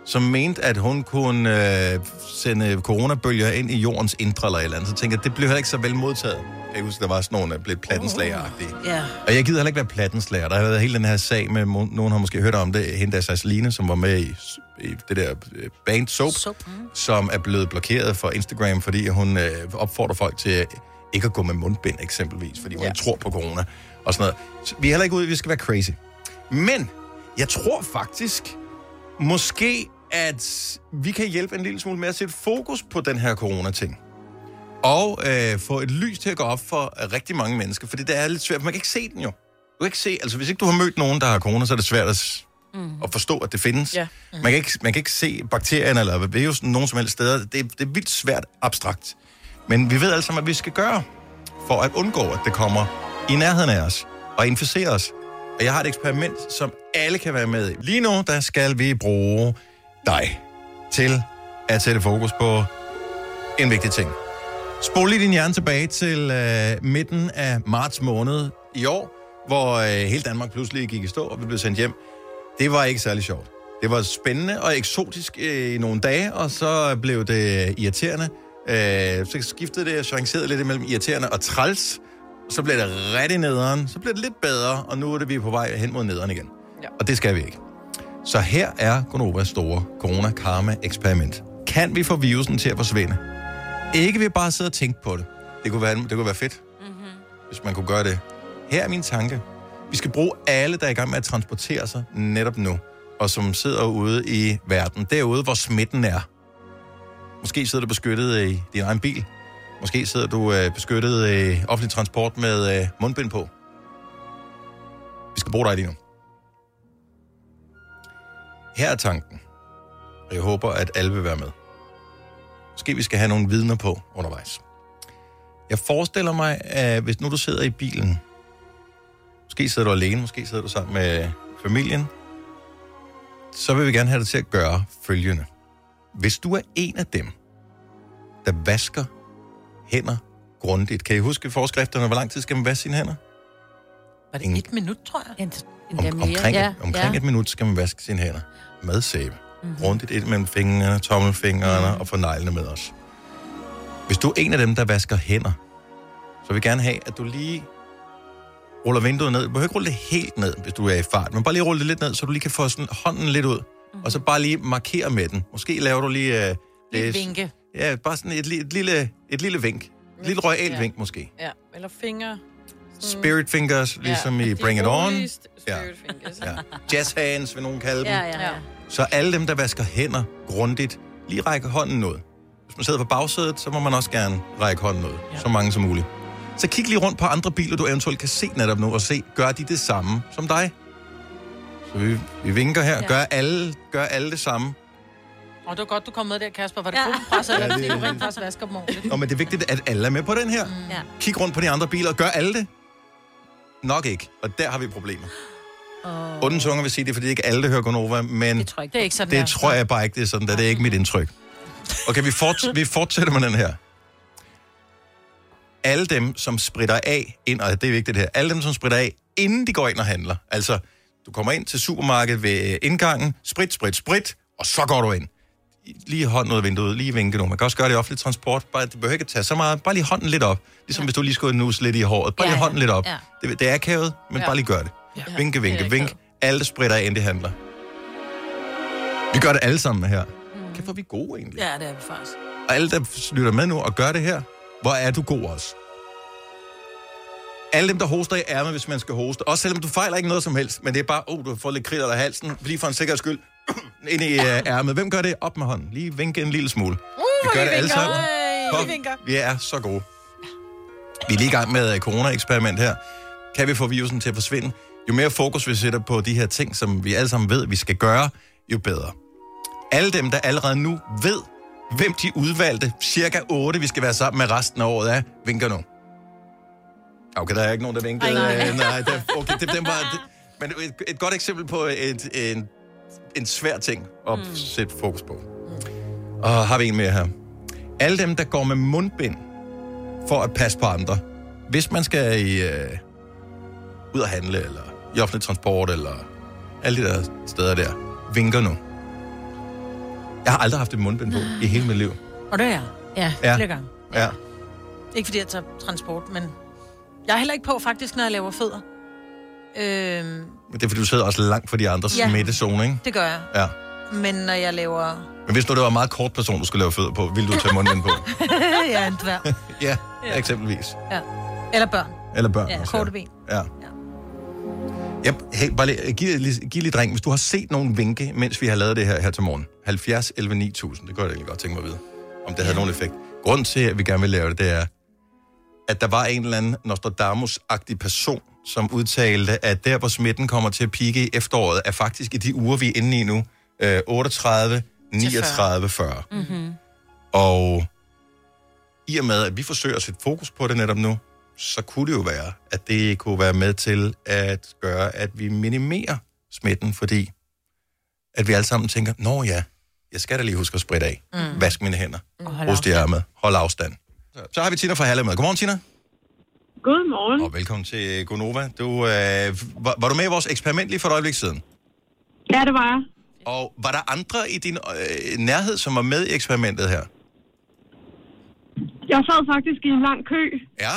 som mente, at hun kunne sende coronabølger ind i jordens indre eller et eller andet. Så tænkte jeg, det blev heller ikke så vel modtaget. Jeg husker, der var sådan nogle, der blev plattenslager-agtige. Ja. Og jeg gider heller ikke være plattenslager. Der har været hele den her sag med, nogen har måske hørt om det, hende der Sasseline, som var med i det der band Soap, som er blevet blokeret for Instagram, fordi hun opfordrer folk til ikke at gå med mundbind eksempelvis, fordi hun ikke tror på corona og sådan noget. Så vi er heller ikke ude, vi skal være crazy. Men jeg tror faktisk, måske, at vi kan hjælpe en lille smule med at sætte fokus på den her corona-ting. Og få et lys til at gå op for rigtig mange mennesker, fordi det er lidt svært, for man kan ikke se den jo. Du kan ikke se, altså hvis ikke du har mødt nogen, der har corona, så er det svært at forstå, at det findes. Ja. Man kan ikke se bakterierne eller virusen nogen som helst steder. Det er vildt svært abstrakt. Men vi ved alle sammen, hvad vi skal gøre for at undgå, at det kommer i nærheden af os og inficerer os. Og jeg har et eksperiment, som alle kan være med i. Lige nu, der skal vi bruge dig til at sætte fokus på en vigtig ting. Spol lige din hjerne tilbage til midten af marts måned i år, hvor hele Danmark pludselig gik i stå, og vi blev sendt hjem. Det var ikke særlig sjovt. Det var spændende og eksotisk i nogle dage, og så blev det irriterende. Så skiftede det og changerede lidt imellem irriterende og træls. Så blev det rigtig nederen, så blev det lidt bedre, og nu er det vi på vej hen mod nederen igen. Ja. Og det skal vi ikke. Så her er Gonovas store corona-karma-eksperiment. Kan vi få virusen til at forsvinde? Ikke ved bare at sidde og tænke på det. Det kunne være fedt, hvis man kunne gøre det. Her er min tanke. Vi skal bruge alle, der er i gang med at transportere sig netop nu, og som sidder ude i verden, derude, hvor smitten er. Måske sidder du beskyttet i din egen bil. Måske sidder du beskyttet i offentlig transport med mundbind på. Vi skal bruge dig lige nu. Her er tanken, og jeg håber, at alle vil være med. Måske vi skal have nogle vidner på undervejs. Jeg forestiller mig, at hvis nu du sidder i bilen, måske sidder du alene, måske sidder du sammen med familien, så vil vi gerne have dig til at gøre følgende. Hvis du er en af dem, der vasker hænder grundigt. Kan I huske forskrifterne? Hvor lang tid skal man vaske sine hænder? Var det 1 minut, tror jeg? Omkring 1 minut skal man vaske sine hænder med sæbe. Grundigt ind mellem fingrene, tommelfingrene og få neglene med os. Hvis du er en af dem, der vasker hænder, så vil jeg gerne have, at du lige ruller vinduet ned. Du behøver ikke rulle det helt ned, hvis du er i fart, men bare lige rulle det lidt ned, så du lige kan få sådan hånden lidt ud, og så bare lige markere med den. Måske laver du lige... et vinke. Ja, bare sådan et lille vink. Et lille royalt vink, måske. Ja, eller fingre. Spirit fingers, ligesom i Bring It On. Ja. Jazz hands, vil nogen kalde dem. Ja. Så alle dem, der vasker hænder grundigt, lige rækker hånden ud. Hvis man sidder på bagsædet, så må man også gerne række hånden ud. Ja. Så mange som muligt. Så kig lige rundt på andre biler, du eventuelt kan se netop nu, og se, gør de det samme som dig? Så vi vinker her. Ja. Gør alle det samme. Og det var godt, du kom med der, Kasper. Var det gruppepres, eller fordi du rent faktisk vasker dem ordentligt? Nå, men det er vigtigt, at alle er med på den her. Ja. Kig rundt på de andre biler, og gør alle det? Nok ikke, og der har vi problemer. Onde tunger vil sige det, fordi det ikke alle, der hører Gonova, men det tror jeg ikke. Det er ikke sådan, det tror jeg bare ikke, det er sådan, det er ikke mit indtryk. Okay, vi fortsætter med den her. Alle dem, som spritter af ind, og det er vigtigt her, alle dem, som spritter af, inden de går ind og handler. Altså, du kommer ind til supermarkedet ved indgangen, sprit, og så går du ind. Lige hånden ud af vinduet, lige vinke nu. Man kan også gøre det i offentlig transport. Bare, det behøver ikke at tage så meget. Bare lige hånden lidt op. Ligesom hvis du lige skulle nuse lidt i håret. Bare lige hånden lidt op. Ja. Det er akavet, men bare lige gør det. Ja. Vink. Alle spritter af, inden de handler. Vi gør det alle sammen her. Kan få vi gode egentlig? Ja, det er vi faktisk. Og alle, der lytter med nu og gør det her, hvor er du god også? Alle dem, der hoster i ærmet, hvis man skal hoste. Også selvom du fejler ikke noget som helst, men det er bare, du får lidt kridt af halsen, lige for en sikkerheds skyld, ind i ærmet. Hvem gør det? Op med hånden. Lige vinke en lille smule. Vi gør det alle sammen. Vi er så gode. Vi er lige i gang med corona-eksperiment her. Kan vi få virusen til at forsvinde? Jo mere fokus vi sætter på de her ting, som vi alle sammen ved, vi skal gøre, jo bedre. Alle dem, der allerede nu ved, hvem de udvalgte, cirka 8, vi skal være sammen med resten af året af, vinker nu. Okay, der er ikke nogen, der vinker. Nej, okay, det var... Men et godt eksempel på en svær ting at sætte fokus på. Og har vi en mere her. Alle dem, der går med mundbind for at passe på andre. Hvis man skal ud at handle, eller i offentlig transport, eller alle de der steder der, vinker nu. Jeg har aldrig haft et mundbind på i hele mit liv. Og det er jeg. Ja, flere gange. Ja. Ikke fordi jeg tager transport, men jeg er heller ikke på faktisk, når jeg laver fødder. Det er fordi, du sidder også langt fra de andre smittezone, ikke? Det gør jeg. Ja. Men når jeg laver... Men hvis nu det var en meget kort person, du skulle lave fødder på, ville du tage mundbind på? Ja, en dværg. Ja, eksempelvis. Ja. Eller børn. Eller børn. Ja, korte ben. Ja. Hey, bare giv lidt ring, hvis du har set nogen vinke, mens vi har lavet det her til morgen. 70 11 9000, det kunne jeg egentlig godt tænke mig at vide, om det havde nogen effekt. Grunden til, at vi gerne vil lave det, det er, at der var en eller anden Nostradamus-agtig person, som udtalte, at der, hvor smitten kommer til at pike i efteråret, er faktisk i de uger, vi er inde i nu, 38, 39, 40. Mm-hmm. Og i og med, at vi forsøger at sætte fokus på det netop nu, så kunne det jo være, at det kunne være med til at gøre, at vi minimerer smitten, fordi at vi alle sammen tænker, nå ja, jeg skal da lige huske at spritte af. Vask mine hænder. Rust i ærmet. Hold afstand. Så har vi Tina fra Herlev med. Godmorgen, Tina. Godmorgen. Og velkommen til Gonova. Du, var du med i vores eksperiment lige for et øjeblik siden? Ja, det var jeg. Og var der andre i din nærhed, som var med i eksperimentet her? Jeg sad faktisk i en lang kø. Ja.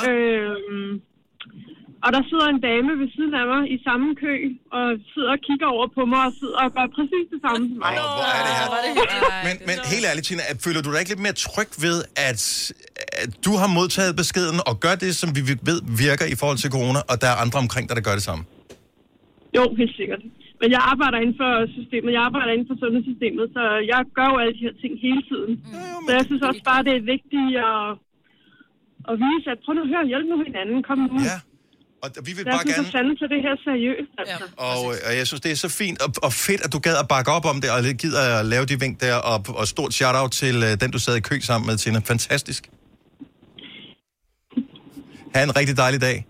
Og der sidder en dame ved siden af mig i samme kø, og sidder og kigger over på mig og sidder og gør præcis det samme som mig. Hvor er det her? Men helt ærligt, Tina, føler du dig ikke lidt mere tryg ved, at du har modtaget beskeden og gør det, som vi ved virker i forhold til corona, og der er andre omkring dig, der gør det samme? Jo, helt sikkert. Men jeg arbejder inden for systemet, jeg arbejder inden for sundhedssystemet, så jeg gør jo alle de her ting hele tiden. Så jeg synes også bare, det er vigtigt at vise, at prøv nu at høre, hjælp nu hinanden, kom nu. Ja. Og vi vil bare gerne... Jeg synes, at til det her seriøst. Altså. Og jeg synes, det er så fint og fedt, at du gad at bakke op om det, og gider at lave de vink der, og stort shout-out til den, du sad i kø sammen med, Tina. Fantastisk. Ha' en rigtig dejlig dag.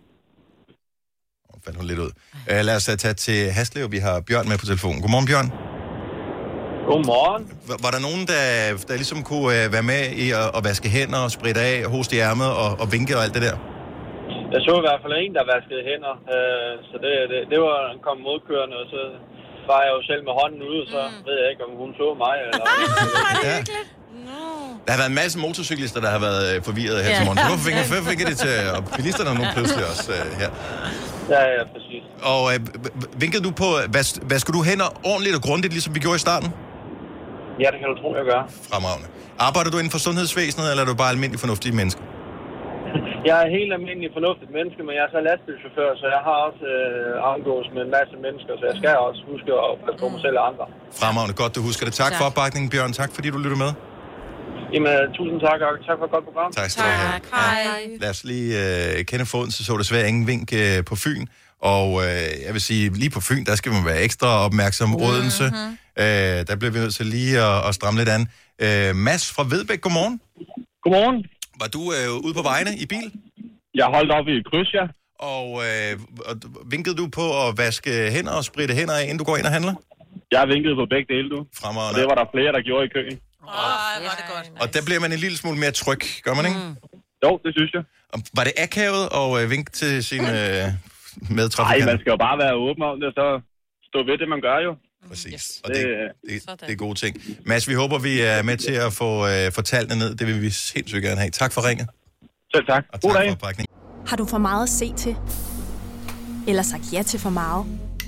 Fandt hun lidt ud. Lad os tage til Haslev. Vi har Bjørn med på telefonen. Godmorgen, Bjørn. Godmorgen. Var der nogen, der ligesom kunne være med i at vaske hænder og spritte af, hoste i ærmet og vinke og alt det der? Jeg så i hvert fald en, der vaskede hænder, så det var kom modkørende, og så var jeg jo selv med hånden ude, så ved jeg ikke, om hun så mig eller... Ja. Der har været en masse motorcyklister, der har været forvirret her til morgen. Hvorfor fik det til, og bilisterne nu pludselig også her? Ja, præcis. Og vinkede du på, vasker du hænder ordentligt og grundigt, ligesom vi gjorde i starten? Ja, det kan du tro, jeg gør. Fremragende. Arbejder du inden for sundhedsvæsenet, eller er du bare almindelig fornuftig menneske? Jeg er helt almindelig fornuftigt menneske, men jeg er så lastbilchauffør, så jeg har også omgås med en masse mennesker, så jeg skal også huske at passe på mig selv og andre. Fremragende. Godt, du husker det. Tak for opbakningen, Bjørn. Tak, fordi du lytter med. Jamen, tusind tak, og tak for et godt program. Tak skal du have. Hej. Lad os lige kende foden, så desværre ingen vink på Fyn. Og jeg vil sige, lige på Fyn, der skal man være ekstra opmærksom. Odense, der bliver vi nødt til lige at stramme lidt an. Mads fra Vedbæk, godmorgen. Godmorgen. Var du ude på vejene i bil? Jeg holdt op i et kryds, ja. Og vinkede du på at vaske hænder og spritte hænder af, inden du går ind og handler? Jeg vinkede på begge dele, du. Fremragende. Og det var der flere, der gjorde i køen. Var det godt. Og der bliver man en lille smule mere tryg, gør man ikke? Jo, det synes jeg. Og var det akavet at vinke til sine medtrafikanter? Nej, man skal jo bare være åben om det, og så stå ved det, man gør jo. Præcis. Yes. Og det er gode ting. Mads, vi håber, vi er med til at få tallene ned. Det vil vi sindssygt gerne have. Tak for ringet. Selv tak. Og tak for opbakningen. Har du for meget at se til? Eller sagt ja til for meget?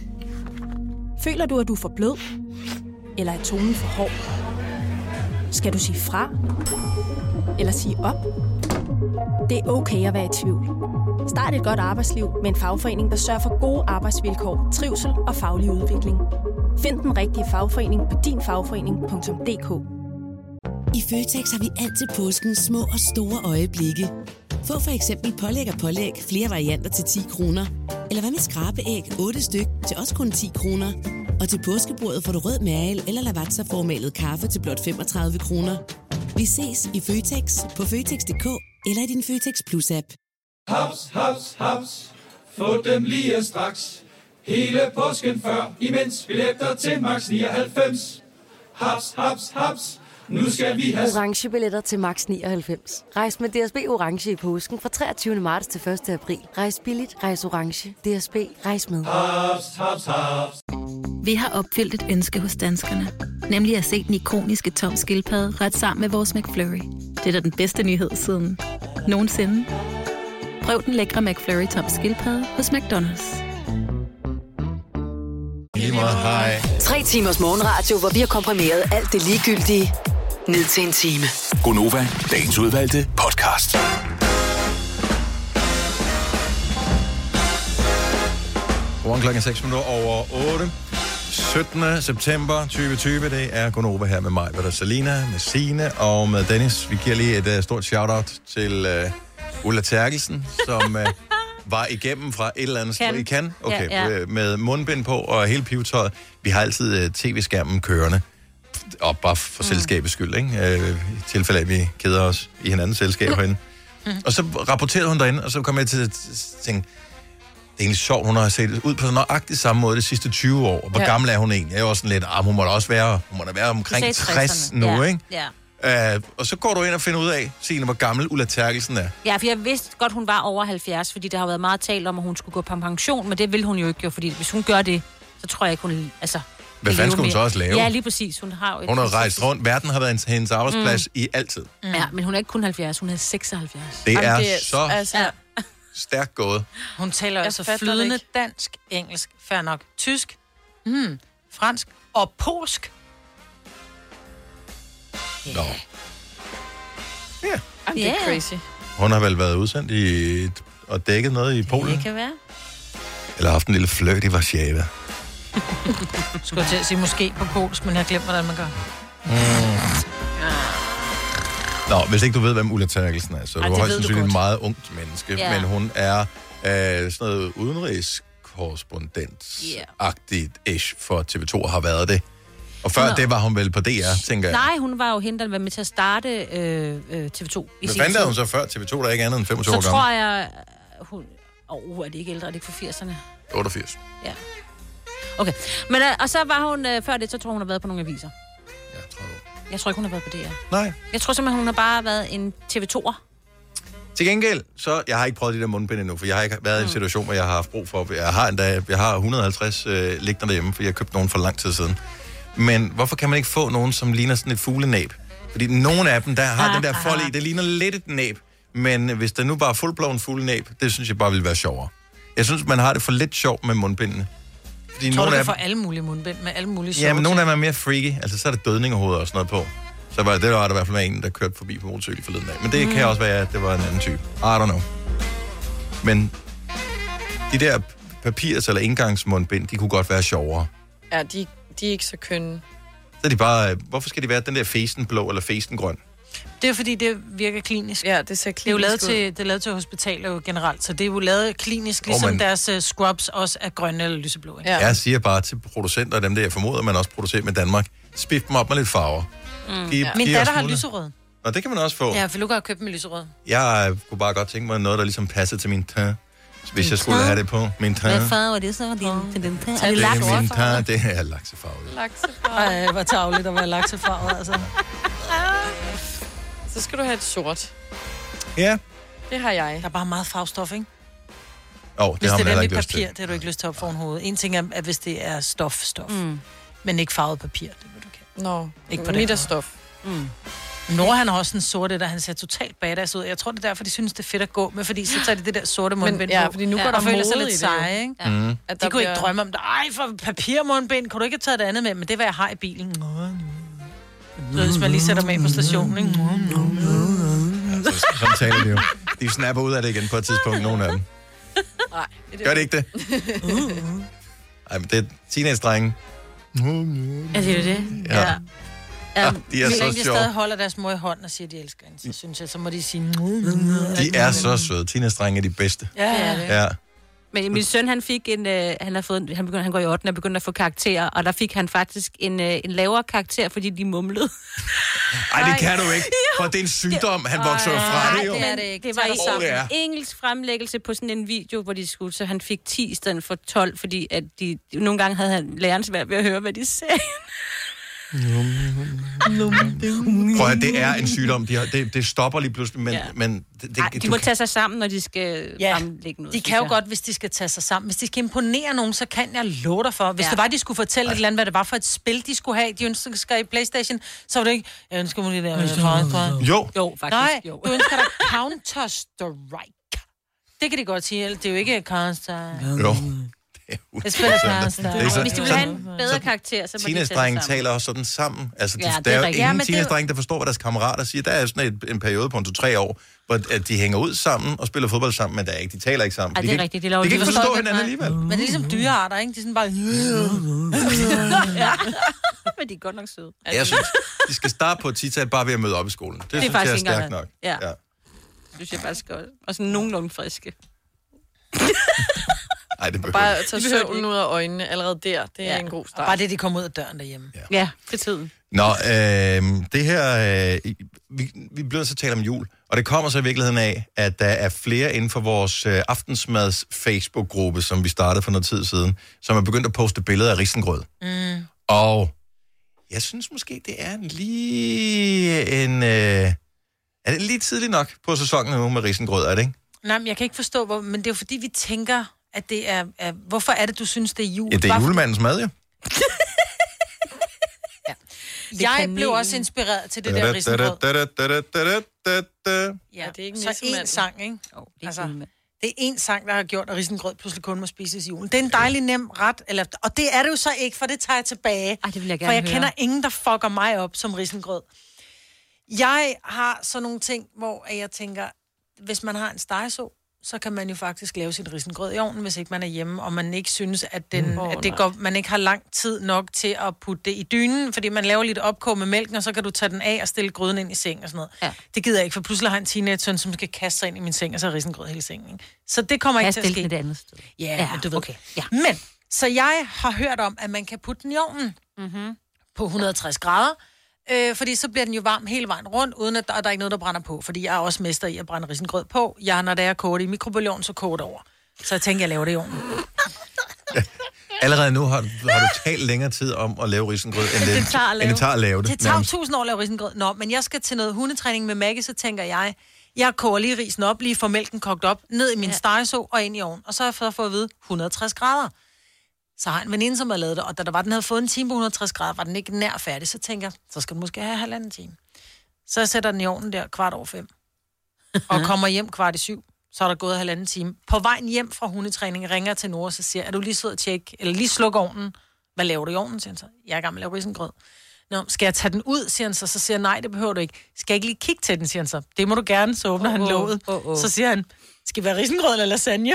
Føler du, at du er for blød? Eller er tonen for hård? Skal du sige fra? Eller sige op? Det er okay at være i tvivl. Start et godt arbejdsliv med en fagforening, der sørger for gode arbejdsvilkår, trivsel og faglig udvikling. Find den rigtige fagforening på dinfagforening.dk. I Føtex har vi altid påskens små og store øjeblikke. Få for eksempel pålæg flere varianter til 10 kroner. Eller hvad med skrabeæg 8 styk til også kun 10 kroner. Og til påskebordet får du rød mal eller lavatserformalet kaffe til blot 35 kroner. Vi ses i Føtex på Føtex.dk eller i din Føtex Plus-app. Haps, haps, haps. Få dem lige straks. Hele påsken før, imens billetter til max 99. Haps, haps, haps. Nu skal vi have orange billetter til max 99. Rejs med DSB orange i påsken fra 23. marts til 1. april. Rejs billigt, rejs orange. DSB, rejs med. Haps, haps, haps. Vi har opfyldt et ønske hos danskerne. Nemlig at se den ikoniske Tom Skildpadde ret sammen med vores McFlurry. Det er da den bedste nyhed siden nogensinde. Prøv den lækre McFlurry Tom Skildpadde hos McDonald's. 3 timers morgenradio, hvor vi har komprimeret alt det ligegyldige ned til en time. Gonova, dagens udvalgte podcast. Morgen klokken 6:08. 17. september 2020, det er Gonova her med mig, med Selina, med Signe og med Dennis. Vi giver lige et stort shout-out til Ulla Terkelsen, som var igennem fra et eller andet sted. I kan? Okay, ja. Med mundbind på og hele pivetøjet. Vi har altid tv-skærmen kørende. Og bare for selskabets skyld, ikke? I tilfælde af, at vi keder os i hinandens selskab herinde. Og så rapporterede hun derinde, og så kom jeg til at tænke, det er egentlig sjovt, hun har set ud på sådan nøjagtigt samme måde de sidste 20 år. Hvor gammel er hun egentlig? Jeg er jo også sådan lidt, hun må da være omkring 60 nu, ikke? Ja. Og så går du ind og finder ud af, Signe, hvor gammel Ulla Terkelsen er. Ja, for jeg vidste godt, hun var over 70, fordi der har været meget talt om, at hun skulle gå på pension, men det vil hun jo ikke, fordi hvis hun gør det, så tror jeg ikke, hun... Altså, hvad fanden skulle hun så også lave? Ja, lige præcis. Hun har rejst rundt. Verden har været hendes arbejdsplads i altid. Ja, men hun er ikke kun 70, hun er 76. Det er så stærkt gået. Hun taler altså flydende dansk, engelsk, fair nok, tysk, fransk og polsk. Nå. Ja. Det er crazy. Hun har vel været udsendt og dækket noget i Polen? Det kan være. Eller haft en lille fløjt i Warszawa. Skulle jeg til at sige måske på polsk, men jeg har glemt, hvordan man gør. Nå, hvis ikke du ved, hvem Ulla Terkelsen er, så er du højst sandsynligt et meget ungt menneske. Yeah. Men hun er sådan noget udenrigskorrespondent-agtigt-ish for TV2 har været det. Og før det var hun vel på DR, tænker jeg. Nej, hun var jo hende, der var med til at starte TV2 i sin tid. Men fandt hun så før TV2, der er ikke andet end 25 år gammel? Så tror jeg, hun... er det ikke ældre? Er det ikke for 80'erne? 88. Ja. Okay. Men og så var hun, før det, så tror hun har været på nogle aviser. Jeg tror ikke, hun har været på DR. Nej. Jeg tror simpelthen, hun har bare været en TV2'er. Til gengæld, så jeg har ikke prøvet de der mundbind endnu, for jeg har ikke været i en situation, hvor jeg har haft brug for. Jeg har 150 liggende derhjemme, for jeg købte nogen for lang tid siden. Men hvorfor kan man ikke få nogen, som ligner sådan et fuglenæb? Fordi nogle af dem, der har den der fold i, det ligner lidt et næb. Men hvis der nu bare er fuldblåen fuglenæb, det synes jeg bare ville være sjovere. Jeg synes, man har det for lidt sjovt med mundbindene. Fordi tror du, kan få alle mulige mundbind med alle mulige sjove? Ja, men nogle af dem er mere freaky. Altså, så er der dødningehoveder og sådan noget på. Så var det der i hvert fald en, der kørte forbi på motorcykel forleden dag. Men det kan også være, at det var en anden type. I don't know. Men de der papirs- eller indgangsmundbind, de kunne godt være sjovere. Ja, de er ikke så kønne. Så er de bare... Hvorfor skal de være den der festenblå eller festengrøn? Det er fordi, det virker klinisk. Ja, det ser klinisk det er jo lavet til hospitaler jo generelt, så det er jo lavet klinisk, ligesom deres scrubs også er grønne eller lyseblå. Ikke? Ja. Jeg siger bare til producenter af dem, der jeg formoder, man også producerer med Danmark, spift dem op med lidt farver. Min datter har lyserød. Nå, det kan man også få. Ja, for Luca har købt med lyserød. Jeg kunne bare godt tænke mig noget, der ligesom passer til min teint. Hvis jeg skulle have det på min teint. Hvad farve er det så? Til den teint? Er det laksefarvet? Det er laksefarvet. Ej, hvor tarveligt at være laksefarvet, altså. Så skal du have et sort. Ja. Det har jeg. Der er bare meget farvestof, ikke? Det har man heller ikke lyst til. Papir, det har du ikke lyst til op foran hovedet. En ting er, at hvis det er stof. Men ikke farvet papir, det vil du kan. Nå, ikke på mit er stof. Nora, han har også en sorte, der han ser totalt badass ud. Jeg tror, det er derfor, de synes, det er fedt at gå med, fordi så tager de det der sorte mundbind på. Ja, fordi nu går der føler sig mode lidt i seje, ikke? Ja. De kunne ikke drømme om det. Ej, for papirmundbind, kan du ikke have taget det andet med? Men det er, hvad jeg har i bilen. Så hvis man lige sætter med på stationen, ikke? Sådan taler de jo. De snapper ud af det igen på et tidspunkt, nogle af dem. Nej. Gør det ikke det? Ej, men det er teenage-drenge. Er det det? Ja. Ja, de er så sjove. Hvis de stadig holder deres mor i hånden og siger, at de elsker hende, så synes jeg, så må de sige... De er så søde. Teenage-drenge er de bedste. Ja. Ja. Men min søn, han fik han går i 8. og begyndte at få karakterer, og der fik han faktisk en lavere karakter, fordi de mumlede. Ej, det kan du ikke, for det er en sygdom, han vokser fra det jo. Nej, det er det ikke. Det var en engelsk fremlæggelse på sådan en video, hvor de skulle, så han fik 10 i stedet for 12, fordi at de nogle gange havde han læreren svært ved at høre, hvad de sagde. Prøv at det er en sygdom. Det stopper lige pludselig, men de må tage sig sammen, når de skal fremlægge noget. De kan jo godt, hvis de skal tage sig sammen. Hvis de skal imponere nogen, så kan jeg love dig for. Hvis det var, de skulle fortælle et eller andet, hvad det var for et spil, de skulle have. De ønsker i PlayStation, så var det ikke, jeg ønsker mig det der. Jo, faktisk. Nej, du ønsker dig Counter-Strike. Det kan de godt sige. Det er jo ikke Counter-Strike. Jo. Hvis du vil have en bedre karakter, så må de tage teenage-drenge taler også sådan sammen. Altså, Ja, der er jo rigtigt. ingen teenage-drenge, der forstår, hvad deres kammerater siger. Der er sådan en periode på 2-3 år, hvor at de hænger ud sammen og spiller fodbold sammen, men de taler ikke sammen. Ej, det er rigtigt. De kan ikke forstå hinanden alligevel. Men det er ligesom dyrearter, ikke? De er sådan bare... Men de er godt nok søde. Jeg synes, de skal starte på et tital bare ved at møde op i skolen. Det synes jeg er stærkt nok. Ja. Det synes jeg faktisk godt. Og sådan nogenlunde friske. Ej, det behøver bare at tage søvnen ud af øjnene allerede der, det er en god start. Bare det, de kommer ud af døren derhjemme. Ja, det er tiden. Nå, det her... vi bliver så tale om jul, og det kommer så i virkeligheden af, at der er flere inden for vores aftensmads Facebook-gruppe, som vi startede for noget tid siden, som er begyndt at poste billeder af risengrød. Og jeg synes måske, det er lige en... er det lige tidligt nok på sæsonen nu med risengrød, er det ikke? Nej, men jeg kan ikke forstå, men det er jo fordi, vi tænker, at det er... Hvorfor er det, du synes, det er jul? Ja, det er julemandens mad, jo. Jeg blev også inspireret til det der risengrød. Ja, det er ikke så en sang, ikke? Det er en sang, der har gjort, at risengrød pludselig kun må spises i julen. Det er en dejlig nem ret, og det er det jo så ikke, for det tager jeg tilbage. Det vil jeg gerne for jeg høre. kender ingen, der fucker mig op som risengrød. Jeg har sådan nogle ting, hvor jeg tænker, hvis man har en stegeså, så kan man jo faktisk lave sit risengrød i ovnen, hvis ikke man er hjemme, og man ikke synes, at, man ikke har lang tid nok til at putte det i dynen, fordi man laver lidt opkog med mælken, og så kan du tage den af og stille gryden ind i seng og sådan noget. Ja. Det gider jeg ikke, for pludselig har jeg en teenage-søn, som skal kaste sig ind i min seng, og så er risengrød hele sengen. Ikke? Så det kommer ikke til at ske. Det andet sted. Ja, men du ved. Okay. Ja. Men, så jeg har hørt om, at man kan putte den i ovnen på 160 grader, fordi så bliver den jo varm hele vejen rundt, uden at der er ikke noget, der brænder på. Fordi jeg er også mester i at brænde risengrød på. Når der er kogt i mikrobølgeovnen, så koger det over. Så jeg tænker, jeg laver det i ovnen. Allerede nu har du talt længere tid om at lave risengrød, end det tager at lave det. Det tager 1000 år at lave risengrød. Nå, men jeg skal til noget hundetræning med Maggie, så tænker jeg koger lige risen op, lige får mælken kogt op, ned i min stegeså og ind i ovnen. Og så har jeg fået at vide 160 grader. Så har en veninde, som havde lavet det, og da den havde fået en time på 160 grader, var den ikke nær færdig, så tænker jeg, så skal den måske have 1,5 time. Så jeg sætter den i ovnen der 5:15, og kommer hjem 6:15, så er der gået 1,5 time. På vejen hjem fra hundetræning ringer jeg til Nora, og så siger, er du lige sød at tjekke, eller lige slukke ovnen? Hvad laver du i ovnen, siger han så? Jeg er gammel at lave risengrød. Nå, skal jeg tage den ud, siger han så. Så siger jeg, nej, det behøver du ikke. Skal jeg ikke lige kigge til den, siger han så. Det må du gerne, så åbner han låget. Så siger han, skal vi være risengrød eller lasagne?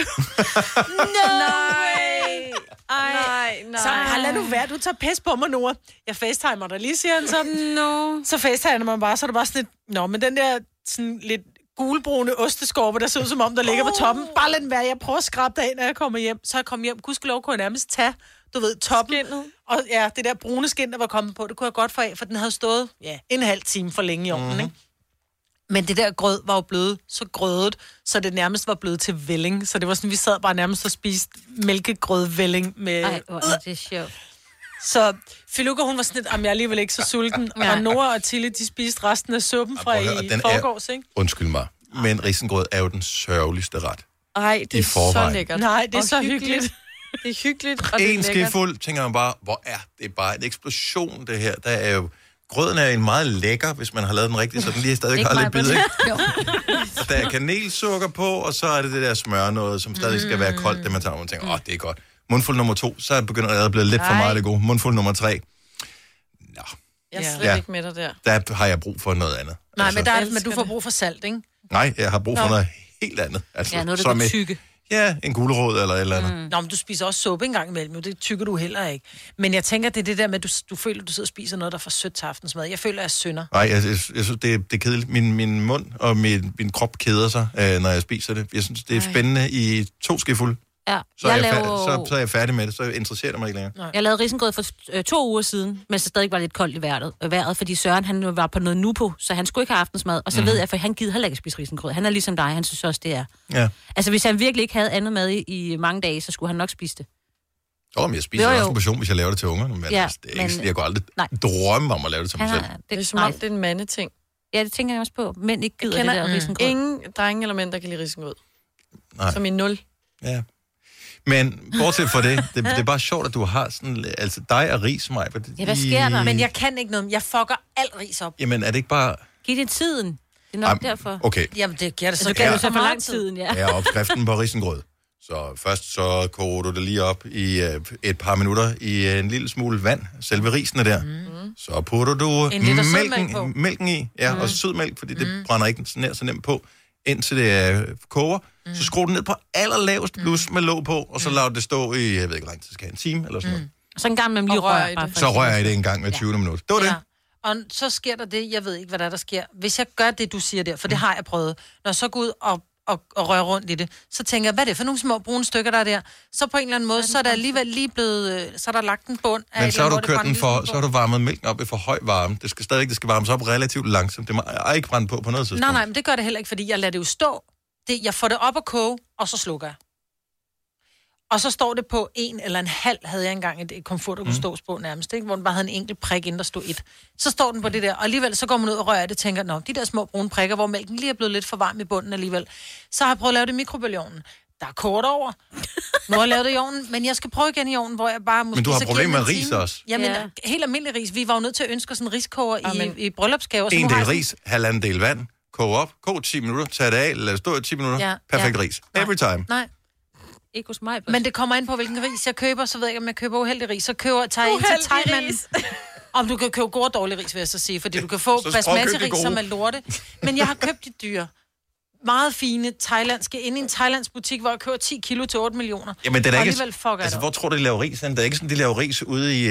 Nej. Så lad nu være, du tager pis på mig, Nora. Jeg facetimer dig lige, siger han så. Så facetimer man bare, så er det bare sådan lidt, men den der sådan lidt gulbrune osteskorpe, der ser ud som om, der ligger på toppen. Bare lad den være, jeg prøver at skrabe dig ind, når jeg kommer hjem. Så jeg kommer hjem, gudskelov kunne jeg nærmest tage, toppen. Skinnet. Og det der brune skin, der var kommet på, det kunne jeg godt få af, for den havde stået 1,5 time for længe i ovnen, ikke? Men det der grød var jo blevet så grødet, så det nærmest var blevet til velling. Så det var sådan, vi sad bare nærmest og spiste mælkegrødvelling med... Ej, det er sjovt. Så Filuka, hun var sådan lidt, jeg er alligevel ikke så sulten. Og Nora og Tilly, de spiste resten af suppen fra i forgårs, ikke? Undskyld mig, men risengrød er jo den sørgeligste ret. Ej, det er så lækkert. Nej, det er så hyggeligt. Det er hyggeligt, og det er lækkert. En skefuld, tænker man bare, hvor er det bare en eksplosion, det her. Der er jo... Grøden er en meget lækker, hvis man har lavet den rigtigt, så den lige stadig har lidt bid, ikke? Der er kanelsukker på, og så er det der smør noget, som stadig skal være koldt, det man tager, og man tænker, det er godt. Mundfuld nummer 2, så begynder det at blive lidt for meget det gode. Mundfuld nummer 3. Jeg er slet ikke med dig der. Der har jeg brug for noget andet. Nej, men du får brug for salt, ikke? Nej, jeg har brug for noget helt andet. Altså, noget, der kan tykke. Ja, en gulerod eller et eller andet. Nå, men du spiser også suppe en gang imellem, det tykker du heller ikke. Men jeg tænker, det er det der med, at du føler, at du sidder og spiser noget, der er for sødt til aftensmad. Jeg føler, at jeg synder. Nej, jeg synes, det er kedeligt. Min mund og min krop keder sig, når jeg spiser det. Jeg synes, det er spændende i 2 skefulde. Ja. Så er jeg færdig med det, så interesserer det mig ikke længere. Jeg lavede risengrød for 2 uger siden, mens det stadig var lidt koldt i vejret, fordi Søren, han var på noget nu på, så han skulle ikke have aftensmad. Og så ved jeg, for han gider heller ikke spise risengrød. Han er ligesom dig, han synes også, det er. Ja. Altså, hvis han virkelig ikke havde andet mad i mange dage, så skulle han nok spise det. Men jeg spiser også en portion, hvis jeg laver det til ungerne. Men Ja, det er ikke, jeg går aldrig drømme om at lave det til mig selv. Det er som om, det er en mandeting. Ja, det tænker jeg også på. Mænd ikke gider det der risengrød. Ingen drenge eller mænd, der kan lide risengrød. Nej. Som i 0. Ja. Men bortset fra det er bare sjovt, at du har sådan, altså dig og ris, Maja. Ja, hvad sker der? Men jeg kan ikke noget. Jeg fucker alt ris op. Jamen, er det ikke bare... Giv det tiden. Det er nok derfor. Okay. Jamen, det giver det så. Så kan du så for lang tiden, ja. Her er opskriften på risengrød. Så først så koger du det lige op i et par minutter i en lille smule vand, selve risene der. Så putter du mælken i, og sødmælk, fordi det brænder ikke så nemt på, indtil det koger. Så skruer du ned på allerlavest blus med låg på, og så lader det stå i, jeg ved ikke, hvor lang tid skal have, en time eller sådan noget. Så en gang med lige rører det. Så rører jeg det en gang med 20 minutter. Det var det. Og så sker der det, jeg ved ikke, hvad der sker. Hvis jeg gør det, du siger der, for det har jeg prøvet. Når jeg så går ud og rører rundt i det, så tænker jeg, hvad er det for nogle små brune stykker, der er der? Så på en eller anden måde, så er der alligevel lige blevet, så er der lagt en bund. Men så har du kørt den så har du varmet mælken op i for høj varme. Det skal varmes op relativt langsomt. Det må ikke brænde på noget tidspunkt. Nej, men det gør det heller ikke, fordi jeg lader det jo stå. Jeg får det op at koge, og så slukker jeg. Og så står det på 1 eller en halv, havde jeg engang et komfort, der kunne stås på nærmest, ikke? Hvor den bare havde en enkelt prik, inden der stod 1. Så står den på det der, og alligevel så går man ud og rører det, og tænker, de der små brune prikker, hvor mælken lige er blevet lidt for varm i bunden alligevel. Så har jeg prøvet at lave det i mikrobølgeovnen. Der er kort over. Nu har jeg lavet det i ovnen, men jeg skal prøve igen i ovnen, hvor jeg bare... Men du har problemer med ris også? Jamen, helt almindelig ris. Vi var jo nødt til at ønske sådan en riskoger i bryllupsgaver. En del ris, halvanden del vand, koge op, kog 10 minutter, tag det af, lad det stå i 10 minutter, perfekt ris. Every time. Nej. Ikke hos mig. Men det kommer ind på, hvilken ris jeg køber, så ved jeg ikke, om jeg køber uheldig ris. Så tager jeg ind til Thailand. Om du kan købe god og dårlig ris, vil jeg så sige, fordi du kan få basmati-ris, som er lorte. Men jeg har købt de dyre, meget fine thailandske, inde i en thailandsk butik, hvor jeg køber 10 kilo til 8 millioner. Jamen, det er ikke... Altså, hvor tror du, de laver ris? Det er ikke sådan, de laver ris ude i...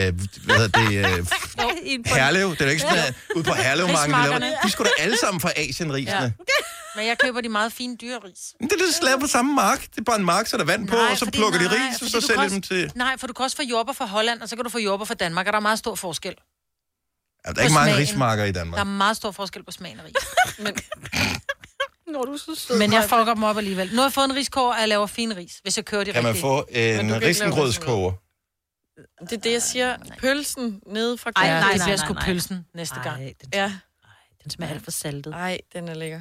Herlev. Det er ikke sådan, ude på Herlev-marken. De skulle da alle sammen fra Asien-risene. Ja. Men jeg køber de meget fine dyre ris. Men det er slaget på samme mark. Det er bare en mark, så der er vand på, og så plukker de ris, og så sælger dem til... Nej, for du kan også få jordbær fra Holland, og så kan du få jordbær fra Danmark, og der er meget stor forskel. Ja, der er ikke mange rismarker i Danmark. Der er meget stor forskel på smagen af ris. Når du så sød. Men jeg fucker dem op alligevel. Nu har jeg fået en riskoger, og jeg laver fin ris, hvis jeg kører de rigtige. Kan man få en risengrødskoger? Det er det, jeg siger. Pølsen nede fra Kære. Nej, det bliver sgu pølsen næste gang. Den smager alt for saltet. Nej, den er lækker.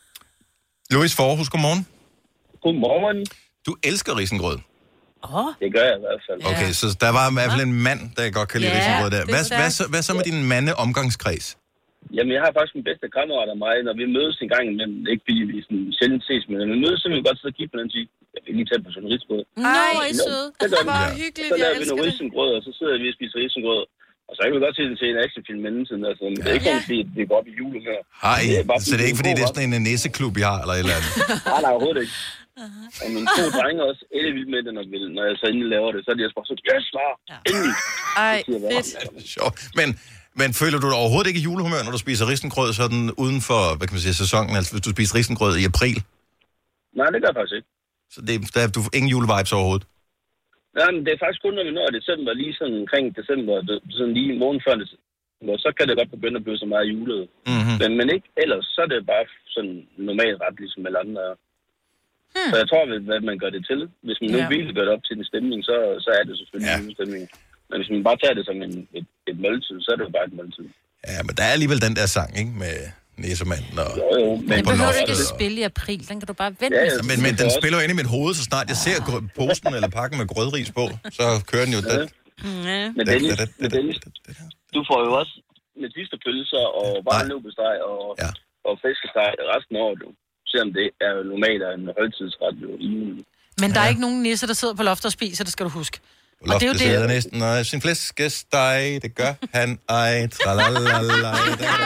Louis Forhus, godmorgen. Godmorgen. Du elsker risengrød. Det gør jeg i hvert fald. Okay, så der var i hvert fald en mand, der godt kan lide risengrød der. Hvad så med din mandeomgangskreds? Jamen, jeg har faktisk min bedste kammerat af mig, når vi mødes en gang imellem, ikke fordi vi sådan sjældent ses, men når vi mødes, så vil vi godt sidde og kigge på den og sige, jeg vil lige tage på sådan en risengrød. Nej, hvor er I søde. Det var hyggeligt, jeg elsker det. Så laver vi noget risengrød, og så sidder vi og spiser risengrød. Og så kan vi godt se det til en actionfilm med den siden, altså. Det er ikke fordi, det er godt i julehumør. Hej, så det er ikke fordi, det er sådan en næseklub, I har, eller et eller andet? Nej, overhovedet ikke. Og mine 2 drenge også ellevildt med det, når jeg så endelig laver det, så er de også bare så, yes, far, endelig. Ej, fedt. Sjovt. Men føler du dig overhovedet ikke i julehumør, når du spiser risengrød sådan uden for, hvad kan man sige, sæsonen? Altså hvis du spiser risengrød i april? Nej, det gør jeg faktisk ikke. Så der er du ingen julevibes overhovedet? Nej, men det er faktisk kun, når vi når december, lige sådan omkring december, sådan lige morgen før december, så kan det godt begynde at blive så meget julet. Mm-hmm. Men ikke ellers, så er det bare sådan normalt ret, ligesom alle andre er. Så jeg tror, hvad man gør det til. Hvis man nu virkelig gør det op til en stemning, så er det selvfølgelig en julestemning. Men hvis man bare tager det som et måltid, så er det jo bare et måltid. Ja, men der er alligevel den der sang, ikke? Med næsemanden og... Jo, men den behøver du ikke at spille i april. Den kan du bare vente med. Men den spiller jo inde i mit hoved, så snart jeg ser posen eller pakken med grødris på, så kører den jo den. Men Dennis, du får jo også medisterpølser og bare løbesteg og fiskesteg resten af året, du. Selvom det er jo normalt en holdtidsret jo i julen. Men der er ikke nogen nisser, der sidder på loftet og spiser, det skal du huske. På loftet sidder næsten, og sin flæskesteg, det gør han ej, tralalala.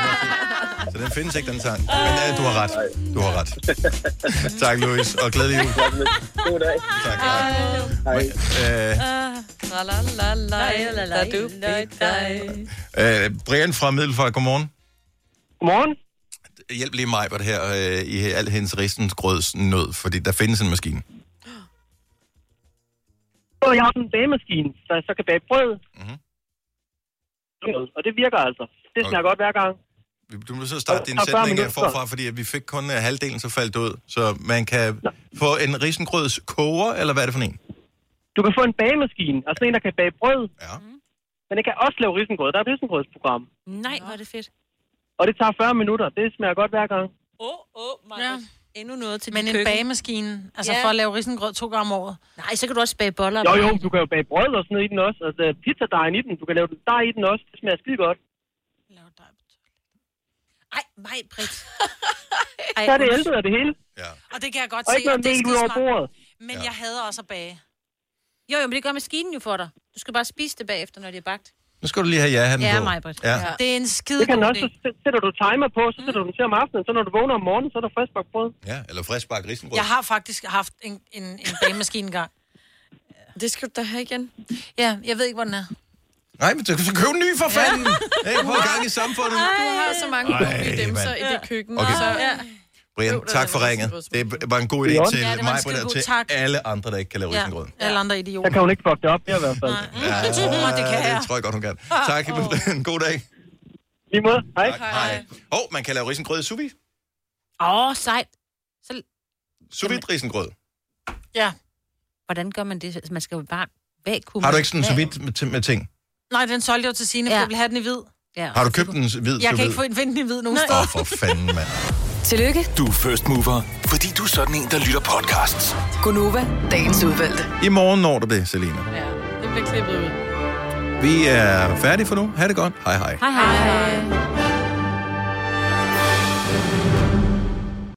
Så den findes ikke, den sang. Men du har ret. Du har ret. Tak, Louis, og glædelig jul. God dag. Tak. Hej. Brian fra Middelfart, godmorgen. Godmorgen. Hjælp lige mig på det her i al hendes risensgrødsnød, fordi der findes en maskine. Jeg har en bagemaskine, så kan bage brød. Mm-hmm. Og det virker altså. Det smager godt hver gang. Du må så starte din sætning forfra, fordi vi fik kun halvdelen, så faldt ud. Så man kan få en risengrøds koger, eller hvad er det for en? Du kan få en bagemaskine, altså en, der kan bage brød. Ja. Men det kan også lave risengrød. Der er et risengrødsprogram. Nej, hvor er det fedt. Og det tager 40 minutter. Det smager godt hver gang. Ja. Endnu noget til men en bagemaskine, altså for at lave risengrød 2 gange om året. Nej, så kan du også bage boller. Jo, du kan jo bage brød og sådan noget i den også. Altså pizzadejen i den. Du kan lave dej i den også. Det smager skide godt. Ej, mig, Britt. Så er det ældet af det hele. Ja. Og det kan jeg godt og se, ikke noget det er mel ud over bordet. Men jeg hader også at bage. Jo, men det gør maskinen jo for dig. Du skal bare spise det bagefter, når det er bagt. Nu skal du lige have ja-hatten på. Ja, mig, Britt. Ja. Det er en skide det kan også, så sætter du timer på, så sætter du den til om aftenen, så når du vågner om morgenen, så er der friskbagt brød. Ja, eller friskbagt risengrød. Jeg har faktisk haft en bagemaskine engang. Det skal du da have igen. Ja, jeg ved ikke, hvor den er. Nej, men så køb en ny for fanden. Ikke på gang i samfundet. Du har så mange gode demser i det køkken. Okay. Så, Brian, tak for ringet. Det var en god idé til mig, Brian, og til alle andre, der ikke kan lave risengrød. Alle andre idioter. Der kan hun ikke fuck det op, i hvert fald. Det kan jeg. Det tror jeg godt, hun kan. Tak, en god dag. Lige måde. Hej. Hej. Man kan lave risengrød i sous vide. Sejt. Sous vide risengrød. Ja. Hvordan gør man det? Man skal jo bare vakuum. Har du ikke sådan en sous vide med ting? Nej, den solgte jeg til Signe, for jeg vil have den i hvid. Ja. Har du købt den hvid? Jeg kan ikke finde den i hvid nogen steder. For fanden, mand. Tillykke. Du er first mover, fordi du er sådan en, der lytter podcasts. Gonova, dagens udvalgte. I morgen når du det, Selina. Ja, det bliver klippet ud. Vi er færdige for nu. Ha' det godt. Hej hej. Hej hej.